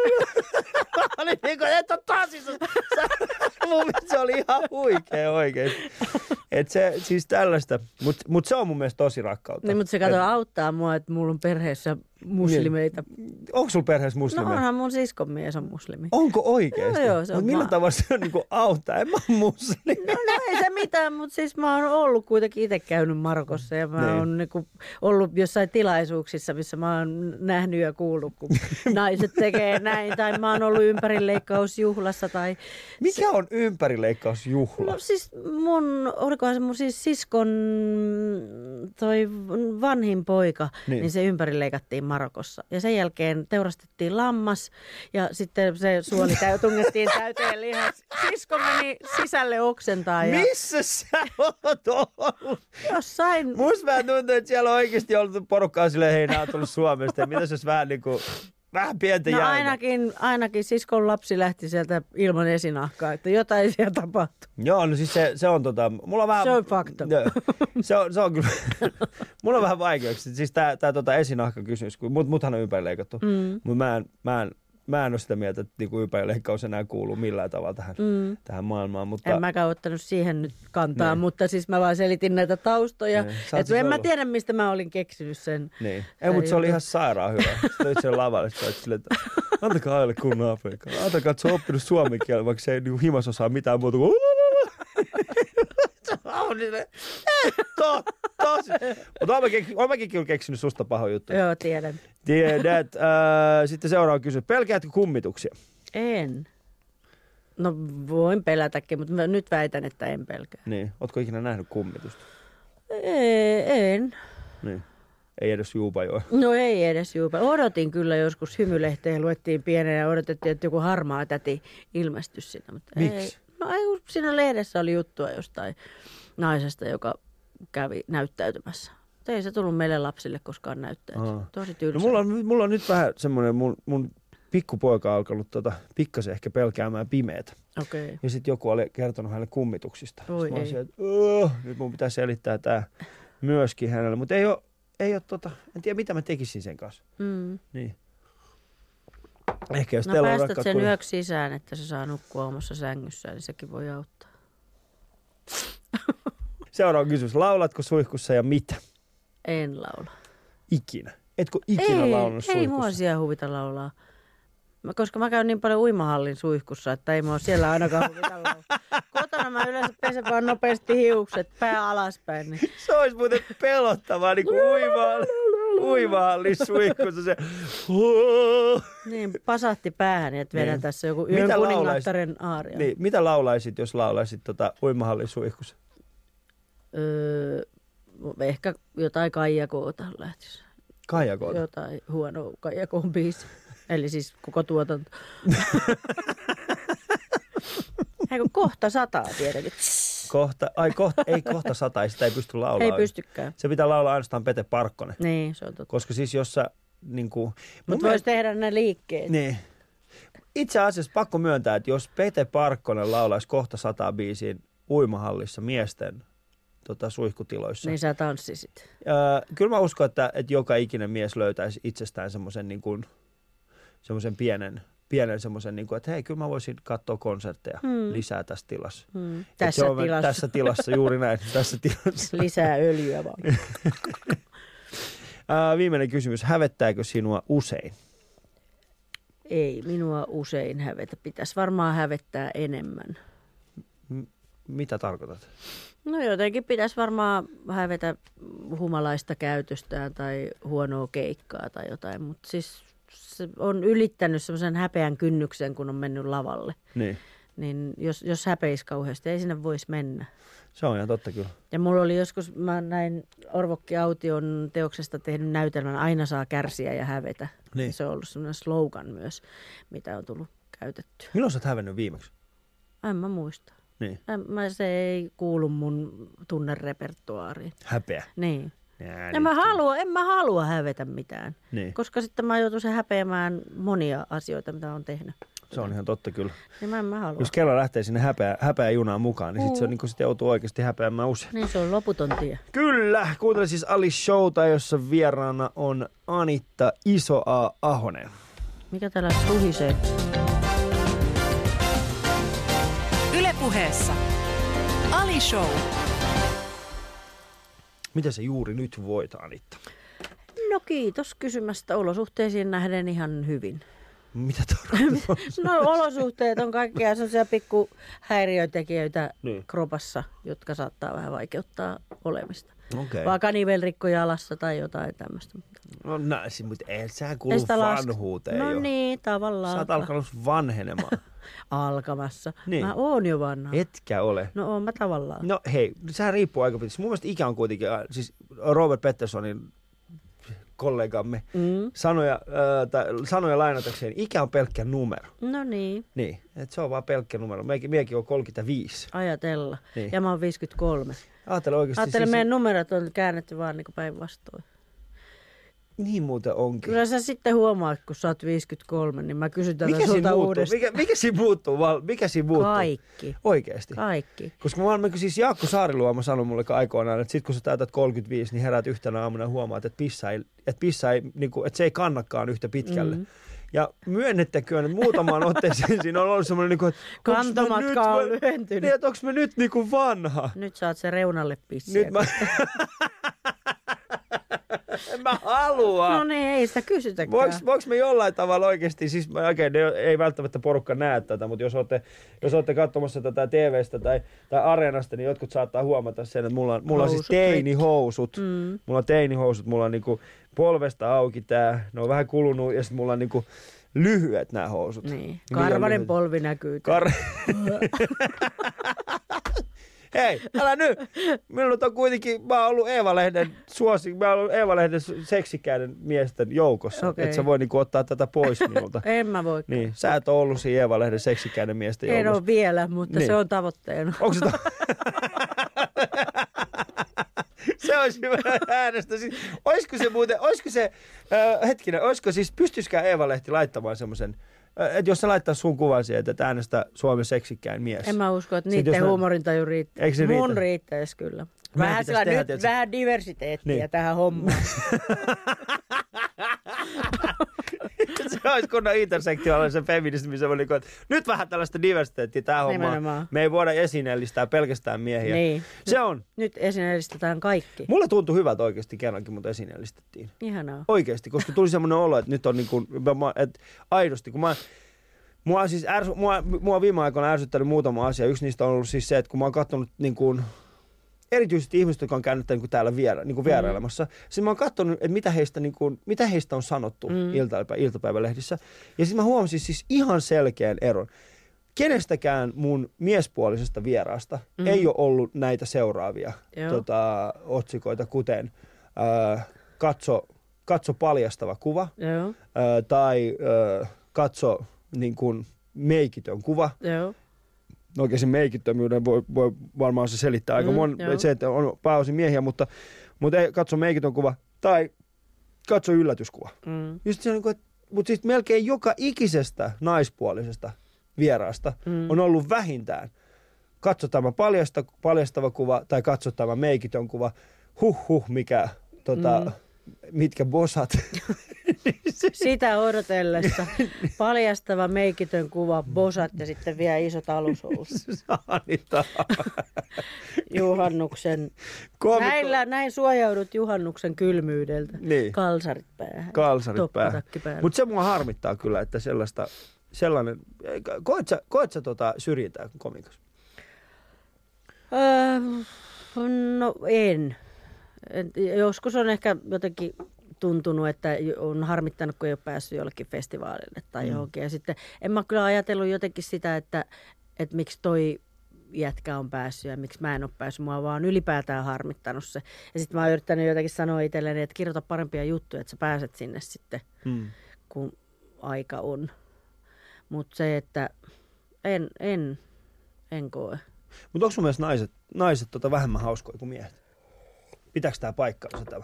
oli niin kuin, et ole tosissaan. Mun mielestä se oli ihan huikea oikeesti. Että se, siis tällaista, mutta se on mun mielestä tosi rakkautta. Niin, mutta se auttaa mua, että mulla on perheessä muslimeita. Niin. Onko sulla perheessä muslimeita? No onhan mun siskon mies on muslimi. Onko oikeesti? Joo, se on. Mutta millä tavalla se on niinku auttaa? En mä ole muslimi. No ei se mitään, mutta siis mä oon ollut kuitenkin itse käynyt Marokossa ja mä oon niinku ollut jossain tilaisuuksissa, missä mä oon nähnyt ja kuullut, kun naiset tekee näin. Tai mä oon ollut ympärileikkausjuhlassa. Tai... Mikä on ympärileikkausjuhla? No siis olikohan se mun siis siskon toi vanhin poika, niin se ympärileikattiin Marokossa. Ja sen jälkeen teurastettiin lammas ja sitten se suoli tungettiin täyteen lihas. Sisko meni sisälle oksentaan. Ja... Missä sä oot ollut? Jossain. Musta vähän tuntuu, että siellä on oikeasti ollut porukkaa silleen, hei nää on tullut Suomesta. Ja mitä se olisi vähän niinku... Vähän pientä no jäätä. ainakin siskon lapsi lähti sieltä ilman esinahkaa, että jotain siellä tapahtui. Joo, no siis se on mulla on vähän... Se on fakta. Se on kyllä... mulla on vähän vaikeuksia. Siis tää esinahkakysymys, kun muthan on ympärileikattu. Mutta mä en ole sitä mieltä, että niinku ympärileikkaus enää kuuluu millään tavalla tähän maailmaan. Mutta... En mäkään ottanut siihen nyt kantaa, mutta siis mä vaan selitin näitä taustoja. Että en mä tiedä, mistä mä olin keksinyt sen. Niin. Ei, mutta se oli ihan sairaan hyvä. Sitten toit sen lavalle, että antakaa aille kunnon Afrikkaa. Antakaa, että se on oppinut suomen kielen, vaikka se ei niinku himas osaa mitään muuta kuin... Tosi. Mutta oon mäkin kyllä keksinyt susta pahoja juttuja. Joo, tiedän. Tiedät. Sitten seuraava kysymys. Pelkäätkö kummituksia? En. No voin pelätäkin, mutta mä nyt väitän, että en pelkää. Niin. Ootko ikinä nähnyt kummitusta? En. Niin. Ei edes Juupajoa. No ei edes Juupa. Odotin kyllä joskus hymylehteen, luettiin pienenä ja odotettiin, että joku harmaa täti ilmestyisi sinne. Mutta miksi? Ei. No siinä lehdessä oli juttua jostain naisesta, joka kävi näyttäytymässä. Ei se tullut meille lapsille koskaan näyttäytyä. Tosi tylsä. No mulla on nyt vähän semmoinen, mun pikkupoika on alkanut pikkasen ehkä pelkäämään pimeätä. Okay. Ja sitten joku oli kertonut hänelle kummituksista. Oi, mä olisin, että nyt mun pitää selittää tää myöskin hänelle. Mutta ei ole en tiedä mitä mä tekisin sen kanssa. Niin. Ehkä jos teillä on päästät sen yöksi sisään, että se saa nukkua omassa sängyssään, niin sekin voi auttaa. Seuraava kysymys. Laulatko suihkussa ja mitä? En laula. Ikinä? Etkö ikinä laulannut suihkussa? Ei mua siellä huvita laulaa. Koska mä käyn niin paljon uimahallin suihkussa, että ei mua siellä ainakaan huvita laulaa. Kotona mä yleensä pesen vaan nopeasti hiukset, pää alaspäin. Niin. Se olisi muuten pelottavaa, niin kuin uimahallin suihkussa se... Niin, pasahti päähän, että vedän tässä joku yön kuningattaren aaria. Niin, mitä laulaisit, jos laulaisit uimahallin suihkussa? Ehkä jotain Kaija Koota lähtisi. Kaija Koota? Jotain huonoa Kaija Koon biisi. Eli siis koko tuotanto. Eikö kohta 100 tietenkin? Kohta 100, sitä ei pysty laulamaan. Ei pystykään. Se pitää laulaa ainoastaan Pete Parkkonen. Niin, se on totta. Koska siis jos sä niinku... Mutta voisi tehdä ne liikkeet. Niin. Itse asiassa pakko myöntää, että jos Pete Parkkonen laulaisi kohta 100 biisiin uimahallissa miesten suihkutiloissa. Niin sä tanssisit. Kyllä mä uskon, että joka ikinen mies löytäisi itsestään semmoisen niin pienen semmoisen, niin kuin, että hei, kyllä mä voisin katsoa konsertteja lisää tässä tilassa. Tässä tilassa, juuri näin, tässä tilassa. Lisää öljyä vaan. Viimeinen kysymys, hävettääkö sinua usein? Ei, minua usein hävetä. Pitäisi varmaan hävettää enemmän. Mitä tarkoitat? No jotenkin pitäisi varmaan hävetä humalaista käytöstään tai huonoa keikkaa tai jotain, mutta siis se on ylittänyt semmoisen häpeän kynnyksen, kun on mennyt lavalle. Niin jos häpeisi kauheasti, ei sinne voisi mennä. Se on ihan totta kyllä. Ja mulla oli joskus, mä näin Orvokki Aution teoksesta tehnyt näytelmän Aina saa kärsiä ja hävetä. Niin. Se on ollut semmoinen slogan myös, mitä on tullut käytettyä. Milloin sä oot hävennyt viimeksi? En mä muista. Niin. Se ei kuulu mun tunnerepertuaariin. Häpeä. Niin. En mä halua hävetä mitään, niin. Koska sitten mä joutuisin häpeämään monia asioita, mitä on tehnyt. Se on ihan totta kyllä. Niin mä en halua. Jos kello lähtee sinne häpeä junaan mukaan, niin sitten se on niin kuin sit joutuu oikeasti häpeämään usein. Niin se on loputon tie. Kyllä, kuuntele siis Ali Showta, jossa vieraana on Anitta Iso A. Ahonen. Mikä täällä suhisee? Yle Puheessa Ali Show. Mitä sä juuri nyt voit, Anitta? No kiitos kysymästä. Olosuhteisiin nähden ihan hyvin. Mitä tarkoittaa? No olosuhteet on kaikkia sellaisia pikku häiriötekijöitä niin. kropassa, jotka saattaa vähän vaikeuttaa olemista. Okay. Vaikka nivelrikko jalassa tai jotain tämmöistä. No näin, mutta ei sä kuulu vanhuuteen no jo. niin, tavallaan. Sä oot alkanut vanhenemaan. Alkamassa. Niin. Mä oon jo vanha. Etkä ole. No oon mä tavallaan. No hei, sehän riippuu aika pitkälti. Mun mielestä ikä on kuitenkin, siis Robert Petterssonin kollegamme sanoja lainatakseen, ikä on pelkkä numero. No niin. Niin, että se on vaan pelkkä numero. Miekin on 35. Ajatella. Niin. Ja mä oon 53. Ajattele meidän numerot on käännetty vaan niin päinvastoin. Niin muuten onkin. Kyllä sä sitten huomaat, kun sä oot 53, niin mä kysyn tätä sulta uudestaan. Mikä siinä muuttuu? Kaikki. Oikeesti? Kaikki. Koska siis Jaakko Saariluoma sanoi mulle aikoinaan, että sit kun sä täytät 35, niin heräät yhtenä aamuna ja huomaat, että pissa ei niinku, että se ei kannakaan yhtä pitkälle. Mm-hmm. Ja myönnettäköön, että muutamaan otteeseen siinä on ollut semmoinen, niin että kantomatka on lyhentynyt. Niin, että onko mä nyt niin kuin vanha? Nyt saat se reunalle pissiä. Nyt mä... En mä halua. No niin, ei sitä kysytäkään. Voinko me jollain tavalla oikeasti, siis ei välttämättä porukka näe tätä, mutta jos olette katsomassa tätä TV:stä tai Areenasta, niin jotkut saattaa huomata sen, että mulla on siis teinihousut. Mulla on teinihousut, mulla on niinku polvesta auki tää, ne on vähän kulunut ja sitten mulla on niinku lyhyet nämä housut. Niin, karvanen polvi näkyy. Hei, älä nyt! Minut on kuitenkin, mä oon ollut Eeva-lehden seksikkäiden miesten joukossa. Okay. Et sä voi niinku ottaa tätä pois minulta. En mä voi. Niin, sä et ole ollut siinä Eeva-lehden seksikkäiden miesten joukossa. En ole vielä, mutta niin. Se on tavoitteena. Onko se Se olisi hyvä äänestä. Siis, olisiko siis, pystyisikään Eeva-lehti laittamaan semmoisen, että jos se laittaa sun kuvan siihen, että äänestä Suomen seksikkäin mies. En mä usko, että niiden huumorintaju riittää. Eikö se mun riittäisi kyllä. Vähän diversiteettiä tähän hommaan. Se olisi kunnon intersektionaalisen feminismi, että nyt vähän tällaista diversiteettiä tähän hommaan. Me ei voida esineellistää pelkästään miehiä. Niin. Se on. Nyt esineellistetään kaikki. Mulle tuntui hyvältä oikeasti kerrankin, mutta esineellistettiin. Ihanaa. Oikeasti, koska tuli semmoinen olo, että nyt on niin kuin, että aidosti, kun mua viime aikoina ärsyttänyt muutama asia. Yksi niistä on ollut siis se, että kun mä oon katsonut niin kuin, erityisesti ihmiset, jotka on käynyt täällä vierailemassa. Siis mä oon katsonut, että mitä heistä on sanottu iltapäivälehdissä. Ja sitten mä huomasin siis ihan selkeän eron. Kenestäkään mun miespuolisesta vieraasta ei ole ollut näitä seuraavia otsikoita, kuten katso paljastava kuva tai katso niin kuin meikitön kuva. Joo. oikein sen meikittömyyden voi varmaan se selittää aika se, että on pääosin miehiä, mutta ei katso meikitön kuva tai katso yllätyskuva. Just se, mutta siis melkein joka ikisestä naispuolisesta vieraasta on ollut vähintään katso tämä paljastava kuva tai katso tämä meikitön kuva. Mikä mitkä bosat. Sitä odotellessa. Paljastava meikitön kuva, bosat ja sitten vielä isot alushousut. Juhannuksen. Näin suojaudut juhannuksen kylmyydeltä. Niin. Kalsarit päähän. Kalsarit päähän. Mutta se mua harmittaa kyllä, että sellainen. Koet sä syrjintää komikassa? No en. Joskus on ehkä jotenkin tuntunut, että on harmittanut, kun ei ole päässyt jollekin festivaalille tai johonkin. Ja sitten en mä kyllä ajatellut jotenkin sitä, että miksi toi jätkä on päässyt ja miksi mä en ole päässyt. Mua vaan ylipäätään harmittanut se. Ja sitten mä oon yrittänyt jotenkin sanoa itselleni, että kirjoita parempia juttuja, että sä pääset sinne sitten, kun aika on. Mutta se, että en koe. Mutta onko sun mielestä naiset vähemmän hauskoja kuin miehet? Pitääkö tämä paikkaansa tämä?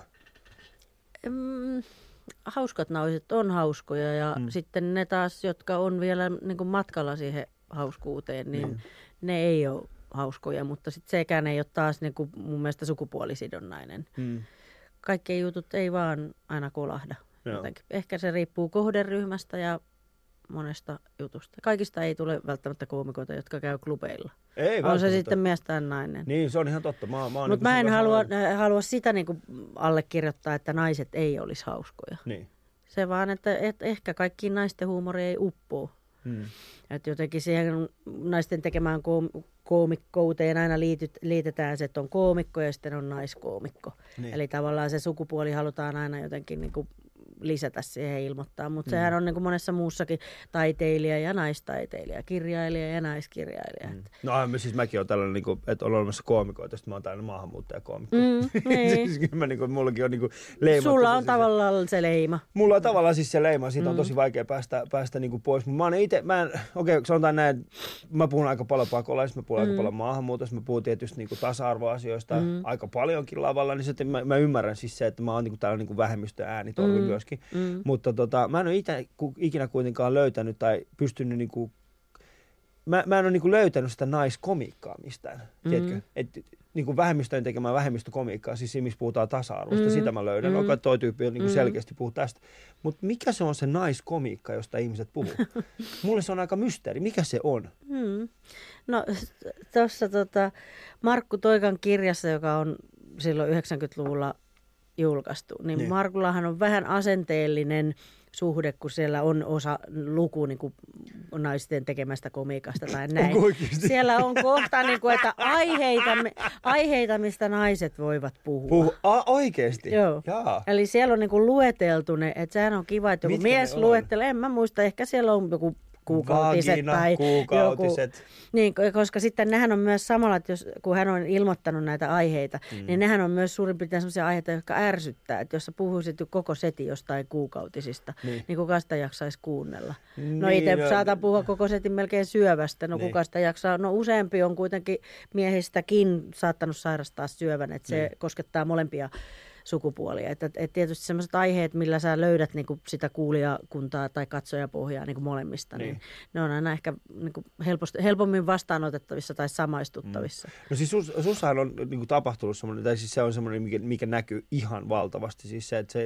Hauskat naiset on hauskoja ja sitten ne taas, jotka on vielä niin kuin matkalla siihen hauskuuteen, niin ne ei ole hauskoja, mutta sitten sekään ei ole taas niin kuin mun mielestä sukupuolisidonnainen. Kaikki jutut ei vaan aina kolahda. Ehkä se riippuu kohderyhmästä ja monesta jutusta. Kaikista ei tule välttämättä koomikoita, jotka käy klubeilla. Ei on se sitten mies tai nainen. Niin, se on ihan totta. Mutta mä en halua sitä niinku allekirjoittaa, että naiset ei olisi hauskoja. Niin. Se vaan, että ehkä kaikkiin naisten huumori ei uppoo. Että jotenkin siihen naisten tekemään koomikkouteen aina liitetään se, että on koomikko ja sitten on naiskoomikko. Niin. Eli tavallaan se sukupuoli halutaan aina jotenkin niinku lisätä siihen ja ilmoittaa, mutta sehän on niin kuin monessa muussakin taiteilija ja naistaiteilija, kirjailija ja naiskirjailija. No siis mäkin olen tällainen, niin kuin, että on olemassa koomikoita, sitten mä oon tällainen maahanmuuttajakoomikko. Niin. Siis mullakin on niin kuin leima. Sulla on tavallaan se leima. Mulla on tavallaan siis se leima, siitä on tosi vaikea päästä niin kuin pois. Mutta sanotaan näin, mä puhun aika paljon pakolaisista, mä puhun aika paljon maahanmuutosta, mä puhun tietysti niin kuin tasa-arvoasioista aika paljonkin lavalla, niin sitten mä ymmärrän siis se, että mä oon niin kuin tällainen niin kuin vähemmistöäänitorvi myöskin. Mutta mä en ole ikinä kuitenkaan löytänyt tai pystynyt niinku, mä en ole niinku löytänyt sitä naiskomiikkaa mistään, tiedätkö? Että niinku vähemmistöjen tekemään vähemmistökomiikkaa, siis siinä, missä puhutaan tasa-arvosta, sitä mä löydän. Okei, toi tyyppi on niinku selkeästi puhuu tästä. Mutta mikä se on se naiskomiikka, josta ihmiset puhuu? Mulle se on aika mysteeri. Mikä se on? No tuossa Markku Toikan kirjassa, joka on silloin 90-luvulla julkaistu, niin Markullahan on vähän asenteellinen suhde, kun siellä on osa luku niin kuin naisten tekemästä komiikasta tai näin. Siellä on kohta, niin kuin, että aiheita, mistä naiset voivat puhua. Oikeesti? Joo. Jaa. Eli siellä on niin kuin lueteltu ne, että sehän on kiva, että joku mies luettelee. En mä muista, ehkä siellä on joku kuukautiset tai kuukautiset. Joku. Niin, koska sitten nehän on myös samalla, että kun hän on ilmoittanut näitä aiheita, niin nehän on myös suurin piirtein sellaisia aiheita, jotka ärsyttää. Että jos sä puhuisit koko setin jostain kuukautisista, niin kuka sitä jaksaisi kuunnella? No itse saatan puhua koko setin melkein syövästä. No kuka sitä jaksaa? No useampi on kuitenkin miehistäkin saattanut sairastaa syövän, että se koskettaa molempia sukupuolia. Että tietysti sellaiset aiheet, millä sä löydät niinku sitä kuulijakuntaa tai katsojapohjaa niinku molemmista, niin ne on aina ehkä niinku helpommin vastaanotettavissa tai samaistuttavissa. No siis sussahan on niinku tapahtunut semmoinen, tai siis se on semmoinen, mikä näkyy ihan valtavasti. Siis se, että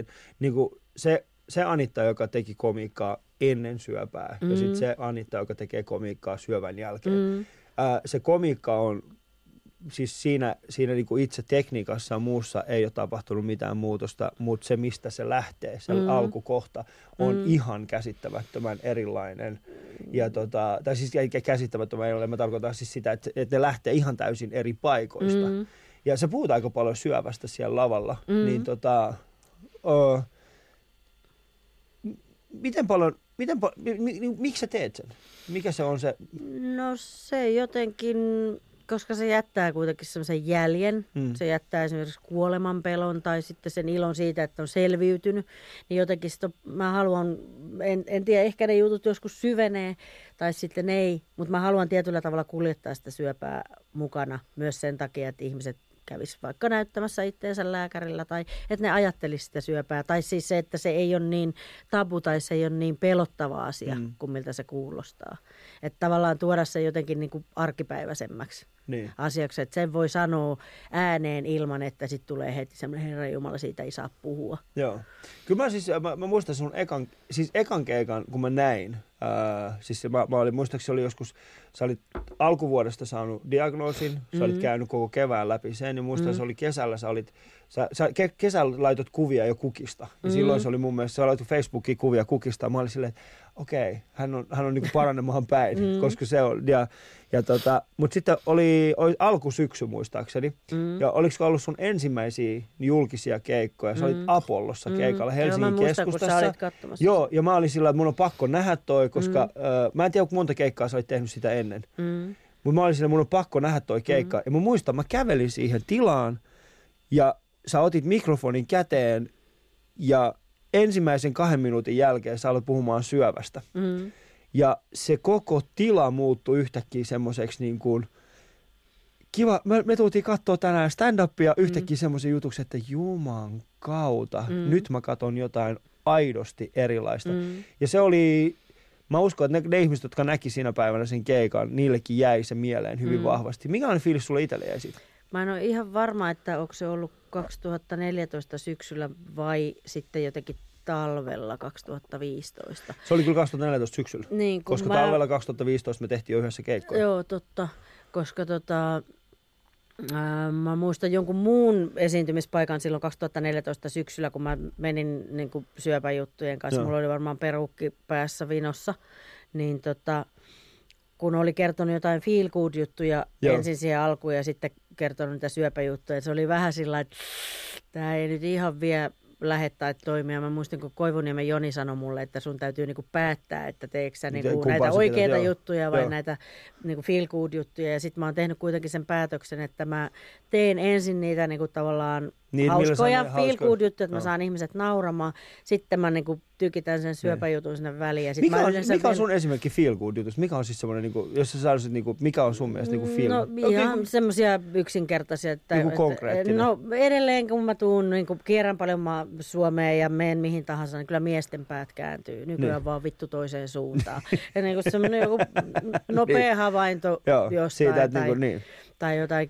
se Anitta, joka teki komiikkaa ennen syöpää, ja sitten se Anitta, joka tekee komiikkaa syövän jälkeen. Se komiikka on siis siinä niinku itse tekniikassa ja muussa ei ole tapahtunut mitään muutosta, mutta se, mistä se lähtee, se alkukohta, on ihan käsittämättömän erilainen. Ja tai siis käsittämättömän erilainen, mä tarkoitan siis sitä, että ne lähtee ihan täysin eri paikoista. Ja se puhutaan aika paljon syövästä siellä lavalla. Niin miksi sä teet sen? Mikä se on se? No se jotenkin koska se jättää kuitenkin semmoisen jäljen. Se jättää esimerkiksi kuolemanpelon tai sitten sen ilon siitä, että on selviytynyt. Niin jotenkin mä haluan, en tiedä, ehkä ne jutut joskus syvenee tai sitten ei, mutta mä haluan tietyllä tavalla kuljettaa sitä syöpää mukana myös sen takia, että ihmiset kävisi vaikka näyttämässä itteensä lääkärillä tai että ne ajattelisi sitä syöpää. Tai siis se, että se ei ole niin tabu tai se ei ole niin pelottava asia kuin miltä se kuulostaa. Että tavallaan tuoda se jotenkin niin kuin arkipäiväisemmäksi asiaksi. Että sen voi sanoa ääneen ilman, että sitten tulee heti semmoinen Herra Jumala, siitä ei saa puhua. Joo. Kyllä mä muistan sun ekan keikan, kun mä näin. Mä olin, muistaakseni oli joskus, sä olit alkuvuodesta saanut diagnoosin, sä olit käynyt koko kevään läpi sen, niin muistan, se oli kesällä, kesällä laitot kuvia jo kukista. Ja silloin se oli mun mielestä, sä laitot Facebookiin kuvia kukista, mä olin silleen, että okei, hän on niinku paranemaan päin, koska se on, mutta sitten oli alkusyksy muistaakseni, ja oliko ollut sun ensimmäisiä julkisia keikkoja, sä olit Apollossa keikalla Helsingin keskustassa. Joo, ja mä olin sillä, että mun on pakko nähdä toi, koska mä en tiedä, monta keikkaa sä olit tehnyt sitä ennen. Mutta mä olin sillä, mun on pakko nähdä toi keikka. Ja mä muistan, mä kävelin siihen tilaan ja sä otit mikrofonin käteen ja ensimmäisen 2 minuutin jälkeen sä aloit puhumaan syövästä. Ja se koko tila muuttui yhtäkkiä semmoiseksi niin kuin kiva. Me tultiin katsoa tänään stand-upia yhtäkkiä semmoisen jutuksi, että juman kautta, nyt mä katson jotain aidosti erilaista. Ja se oli, mä uskon, että ne ihmiset, jotka näki siinä päivänä sen keikan, niillekin jäi se mieleen hyvin vahvasti. Mikälainen fiilis sulle itselle jäi siitä? Mä en ole ihan varma, että onko se ollut 2014 syksyllä vai sitten jotenkin talvella 2015. Se oli kyllä 2014 syksyllä, niin, koska talvella 2015 me tehtiin jo yhdessä keikkoja. Joo, totta, koska mä muistan jonkun muun esiintymispaikan silloin 2014 syksyllä, kun mä menin niin kuin syöpäjuttujen kanssa. Mulla oli varmaan perukki päässä vinossa, niin kun oli kertonut jotain feel good juttuja ensin siihen alkuun ja sitten kertonut niitä syöpäjuttuja, se oli vähän sillä, että tämä ei nyt ihan vie lähettää toimia. Mä muistin, kun Koivuniemen Joni sanoi mulle, että sun täytyy niinku päättää, että teekö sä niinku näitä oikeita juttuja vai näitä niinku feel good juttuja. Ja sitten mä oon tehnyt kuitenkin sen päätöksen, että mä teen ensin niitä niinku tavallaan hauskoja feel good juttuja, että mä saan ihmiset nauramaan. Sitten mä niinku tykitän sen syöpäjutun sinne väliin. Mikä on sun esimerkki feel good jutusta? Mikä on siis semmoinen, niinku, jos sä sanoisit, niinku, mikä on sun mielestä niinku feel? No ihan semmoisia yksinkertaisia. Että, niinku konkreettinen. No edelleen, kun mä tuun, niinku, kierrän paljon Suomeen ja menen mihin tahansa, niin kyllä miesten päät kääntyy. Nykyään vaan vittu toiseen suuntaan. Ja niinku semmoinen joku nopea havainto jostain. Siitä, tai jotain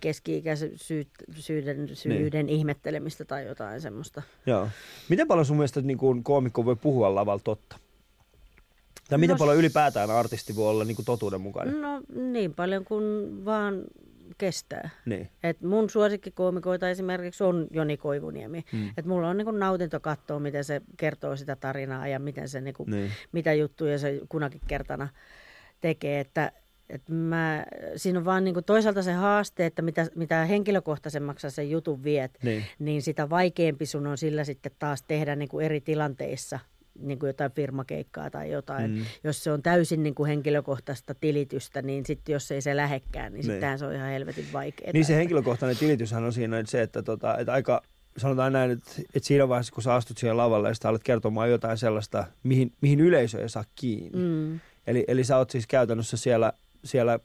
keski-ikäisyyden ihmettelemistä tai jotain semmoista. Joo. Miten paljon sun mielestä niin kuin koomikko voi puhua lavalla totta? Tai miten paljon ylipäätään artisti voi olla niin kuin totuudenmukainen? No niin paljon kuin vaan kestää. Niin. Et mun suosikkikoomikoita esimerkiksi on Joni Koivuniemi. Et mulla on niin kuin nautinto katsoa, miten se kertoo sitä tarinaa ja miten se, niin kuin, mitä juttuja se kunakin kertana tekee. Että siinä on vaan niin kuin toisaalta se haaste, että mitä henkilökohtaisemmaksi sen jutun viet, niin sitä vaikeampi sun on sillä sitten taas tehdä niin kuin eri tilanteissa niin kuin jotain firmakeikkaa tai jotain. Jos se on täysin niin kuin henkilökohtaista tilitystä, niin sitten jos ei se lähekkään, niin sittenhän se on ihan helvetin vaikeaa. Niin se henkilökohtainen tilityshän on siinä se, että aika sanotaan näin, että siinä vaiheessa, kun sä astut siihen lavalle ja sä alat kertomaan jotain sellaista, mihin yleisö ei saa kiinni. Eli sä oot siis käytännössä siellä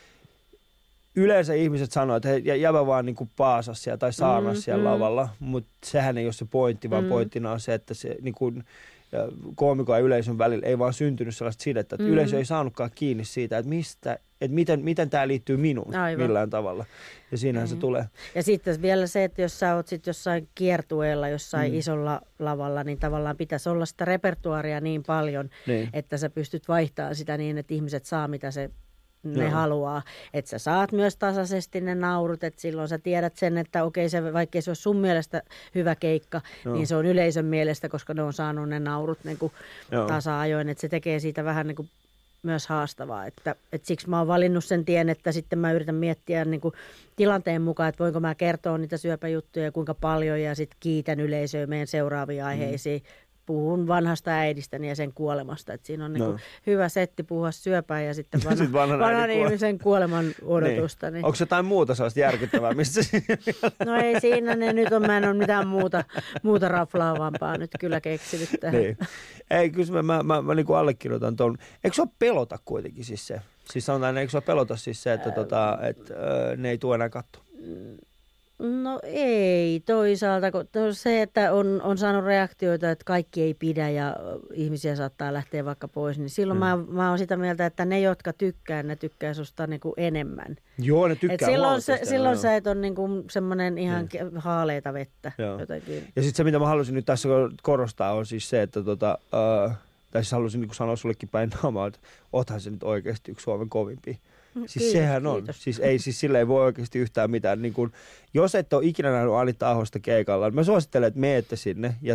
yleensä ihmiset sanoo, että hei, jäbä vaan niin kuin paasas siellä tai saanas siellä lavalla, mutta sehän ei ole se pointti, vaan pointtina on se, että se niin kuin koomikon ja yleisön välillä ei vaan syntynyt sellaista sidettä, että yleisö ei saanutkaan kiinni siitä, että miten tämä liittyy minuun millään tavalla. Ja siinähän se tulee. Ja sitten vielä se, että jos sä oot sit jossain kiertueella, jossain isolla lavalla, niin tavallaan pitäisi olla sitä repertuaaria niin paljon, että sä pystyt vaihtamaan sitä niin, että ihmiset saa mitä ne haluaa. Että sä saat myös tasaisesti ne naurut, että silloin sä tiedät sen, että okei, vaikkei se ole sun mielestä hyvä keikka, niin se on yleisön mielestä, koska ne on saanut ne naurut niin kuin tasa-ajoin, että se tekee siitä vähän niin kuin myös haastavaa. Että siksi mä oon valinnut sen tien, että sitten mä yritän miettiä niin kuin tilanteen mukaan, että voinko mä kertoa niitä syöpäjuttuja ja kuinka paljon ja sitten kiitän yleisöä meidän seuraaviin aiheisiin. puhun vanhasta äidistäni ja sen kuolemasta. Et siinä on niinku hyvä setti puhua syöpää ja sitten vanhan ihmisen kuoleman odotusta. Niin. Onko jotain muuta sellaista järkyttävää? Missä no ei siinä ne nyt on. Mä en ole mitään muuta raflaavampaa nyt kyllä keksinyt tähän. Niin. Ei, kyllä mä niin kuin allekirjoitan tuon. Eikö se ole pelota kuitenkin siis se? Siis sanotaan, eikö se ole pelota siis se, että ne ei tule enää katsoa? No ei toisaalta, kun se, että on saanut reaktioita, että kaikki ei pidä ja ihmisiä saattaa lähteä vaikka pois, niin silloin mä oon sitä mieltä, että ne, jotka ne tykkää susta niinku enemmän. Joo, ne tykkää silloin sä et ole niinku semmoinen ihan haaleita vettä jotenkin. Ja sitten se, mitä mä halusin nyt tässä korostaa, on siis se, että tai siis halusin niin sanoa sullekin päin naamaa, että oothan se nyt oikeasti yksi Suomen kovimpia. Siis kiitos, sehän on. Siis sille ei voi oikeasti yhtään mitään. Niin kun, jos et ole ikinä nähnyt Anitta Ahosta keikalla, niin mä suosittelen, että meette sinne. Ja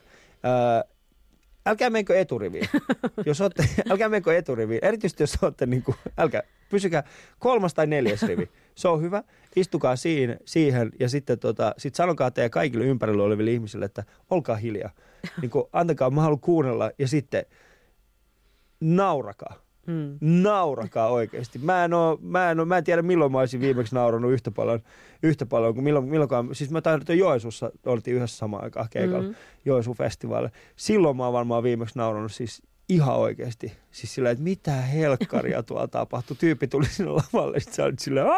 älkää menkö eturiviin. Älkää menkö eturiviin. Erityisesti jos olette, pysykää 3. tai 4. rivi. Se on hyvä. Istukaa siihen ja sitten sit sanokaa teidän kaikille ympärillä oleville ihmisille, että olkaa hiljaa. Antakaa, mä haluan kuunnella ja sitten naurakaa. Naurakaa oikeasti. Mä en tiedä milloin mä olisin viimeksi naurannut yhtä paljon kuin milloinkaan. Siis mä taidin, että Joensuussa oltiin yhdessä samaan aikaan keikalla Joensuun festivaalilla. Silloin mä oon varmaan viimeksi naurannut siis ihan oikeasti. Siis sillä, että mitä helkkaria tuolla tapahtui. Tyyppi tuli sinne lavalle ja sitten sä olit silleen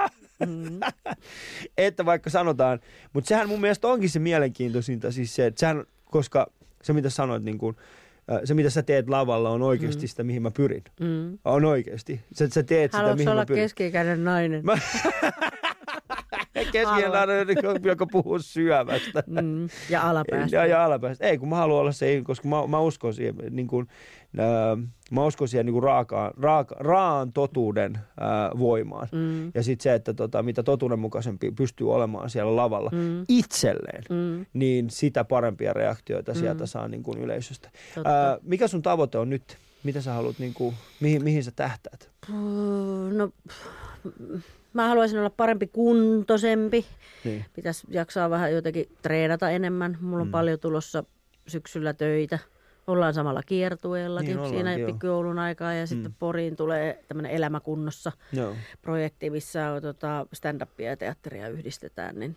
että vaikka sanotaan, mutta sehän mun mielestä onkin se mielenkiintoisinta siis se, että sehän, koska se mitä sanoit niin kuin se, mitä sä teet lavalla, on oikeasti sitä, mihin mä pyrin. On oikeasti. Sä teet sitä, mihin mä pyrin. Haluatko olla keski-ikäinen nainen? Keski-ikäinen nainen, joka puhuu syövästä. Ja alapäästä. Ja alapäästä. Ei, kun mä haluan olla se, koska mä uskon siihen, mä uskon siihen raan totuuden voimaan. Ja sitten se, että mitä totuudenmukaisempi pystyy olemaan siellä lavalla itselleen, niin sitä parempia reaktioita sieltä saa niin kuin yleisöstä. Mikä sun tavoite on nyt? Mitä sä haluat, mihin sä tähtäät? No, mä haluaisin olla parempi kuntoisempi. Niin. Pitäisi jaksaa vähän jotenkin treenata enemmän. Mulla on paljon tulossa syksyllä töitä. Ollaan samalla kiertueellakin niin siinä pikkujoulun aikaa ja sitten Poriin tulee tämmöinen Elämäkunnossa projekti, missä on stand-upia ja teatteria yhdistetään. Niin.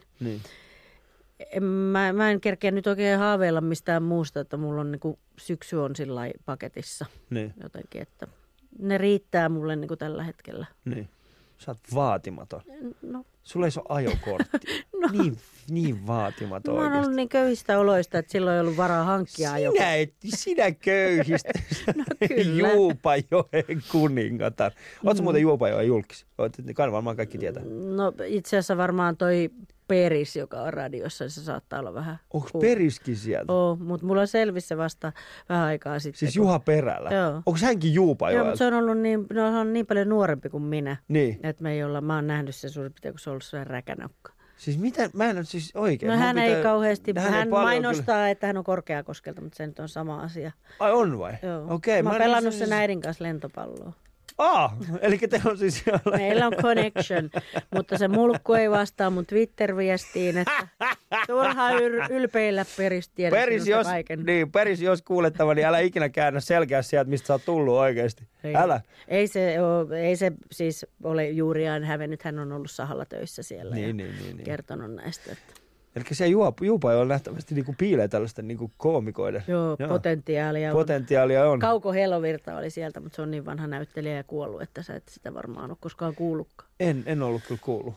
Mä en kerkeä nyt oikein haaveilla mistään muusta, että mulla on syksy on sillai paketissa jotenkin, että ne riittää mulle tällä hetkellä. Niin. Sä oot vaatimaton. No. Sulla ei ole ajokortti. Niin vaatimaton mä oon ollut niin köyhistä oloista, että silloin ei ollut varaa hankkia ajokortti. Sinä köyhistä. No kyllä. Juupajoen kuningatar. Ootko muuten Juupajoen julkis? Kai varmaan kaikki tietää. No itse asiassa varmaan toi Peris, joka on radiossa, se saattaa olla vähän. Onko Periskin sieltä? Oo, mutta mulla selvisi se vasta vähän aikaa sitten. Siis Juha Perälä? Joo. Onko hänkin Juupajoelta? Joo, mutta se on ollut niin paljon nuorempi kuin minä. Niin. Että mä oon nähnyt sen suurin piirtein, kun se on ollut sellainen räkänokka. Siis mitä? Mä en ole siis oikein. No hän ei kauheasti, hän mainostaa, kyllä, että hän on Korkeakoskelta, mutta se nyt on sama asia. Ai on vai? Joo. Okei. Mä oon pelannut sen äidin kanssa lentopalloa. Eli teillä on siis meillä on connection, mutta se mulkku ei vastaa mun Twitter-viestiin, että turha ylpeillä Peris tiedä sinusta kaiken. Peris, jos kuulettava, niin älä ikinä käännä selkeä sieltä, mistä sä oot tullut oikeasti. Älä. Ei se siis ole juuriaan hävennyt, hän on ollut sahalla töissä siellä ja kertonut näistä. Että. Eli se Juupajoella nähtävästi niinku piilee tällaista niinku koomikoiden. Joo, potentiaalia on. Kauko Helovirta oli sieltä, mutta se on niin vanha näyttelijä ja kuollut, että sä et sitä varmaan ole koskaan kuullutkaan. En ollut kyllä kuullut.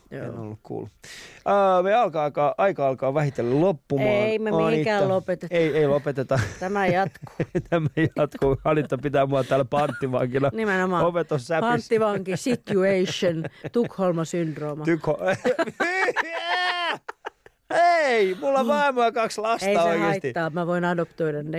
Me aika alkaa vähitellen loppumaan. Ei me mihinkään lopeteta. Ei lopeteta. Tämä jatkuu. Anitta pitää mua täällä panttivankina. Nimenomaan. Ovet on säpis. Panttivanki situation. Tukholma-syndrooma. Ei, mulla on vaimoa 2 lasta oikeasti. Ei se haittaa, mä voin adoptoida ne.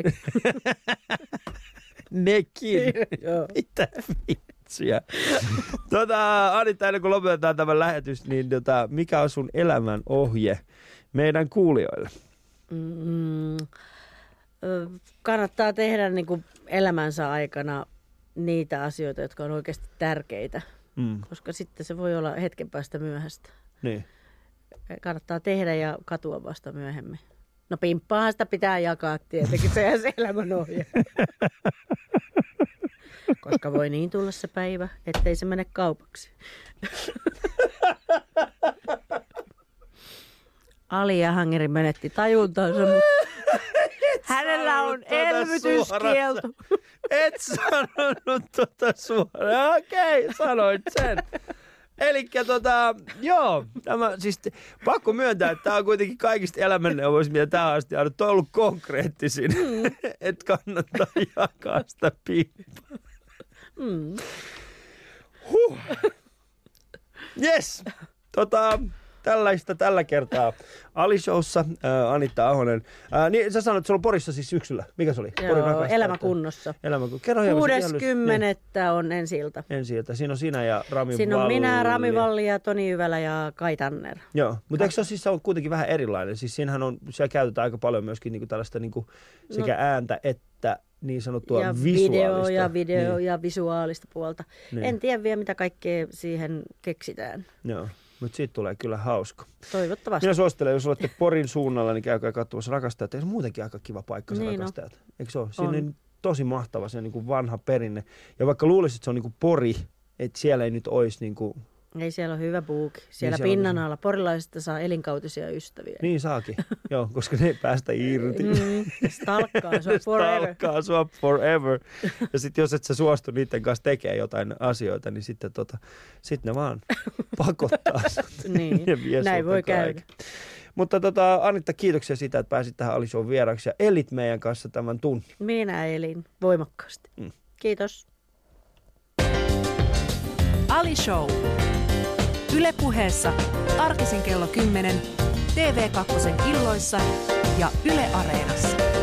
Nekin? Joo. Mitä vitsiä. Anitta, ennen kuin lopetetaan tämä lähetys, niin mikä on sun elämän ohje meidän kuulijoille? Kannattaa tehdä niin kuin elämänsä aikana niitä asioita, jotka on oikeasti tärkeitä, koska sitten se voi olla hetken päästä myöhäistä. Niin. Kannattaa tehdä ja katua vasta myöhemmin. No pimppaahan sitä pitää jakaa tietenkin, sehän se elämän ohje. Koska voi niin tulla se päivä, ettei se mene kaupaksi. Ali Jahangiri menetti tajuntansa, mutta hänellä on elvytyskielto. Et sanonut suoraan. Okei, sanoit sen. Elikkä joo, tämä siis pakko myöntää, että tämä on kuitenkin kaikista elämänneuvoista, mitä tähän asti on ollut konkreettisin, että kannattaa jakaa sitä pimppaa. Yes, tällaista tällä kertaa Ali-showssa, Anitta Ahonen. Niin sä sanoit, että sulla on Porissa siis syksyllä. Mikä se oli? Joo, Elämäkunnossa. Kerro hieman. 6.10. on ensi-ilta. Ensi-ilta. Siinä on sinä ja Rami Valli. Siinä on minä, Rami Valli ja Toni Yvälä ja Kai Tanner. Joo, mutta eikö se ole siis kuitenkin vähän erilainen? Siis siellä käytetään aika paljon myöskin niinku tällaista niinku sekä ääntä että niin sanottua ja visuaalista. Video ja visuaalista puolta. Niin. En tiedä vielä, mitä kaikkea siihen keksitään. Joo. Mutta siitä tulee kyllä hauska. Toivottavasti. Minä suosittelen, jos olette Porin suunnalla, niin käykää katsomassa Rakastajat. Se on muutenkin aika kiva paikka se niin Rakastajat. Eikö se ole? Siinä on tosi mahtava se niin kuin vanha perinne. Ja vaikka luulisit, että se on niin kuin Pori, että siellä ei nyt olisi niin kuin... Ei, siellä on hyvä buuki. Siellä niin pinnan alla porilaisista saa elinkautisia ystäviä. Niin saakin, joo, koska ne ei päästä irti. Stalkkaa sua forever. Stalkkaa sua forever. Ja sitten jos et sä suostu niiden kanssa tekemään jotain asioita, niin sitten sit ne vaan pakottaa sut. Niin, näin voi käydä. Mutta Anitta, kiitoksia siitä, että pääsit tähän Ali-shown vieraksi ja elit meidän kanssa tämän tunnin. Minä elin voimakkaasti. Kiitos. Ali Show. Yle Puheessa arkisin kello 10, TV2 illoissa ja Yle Areenassa.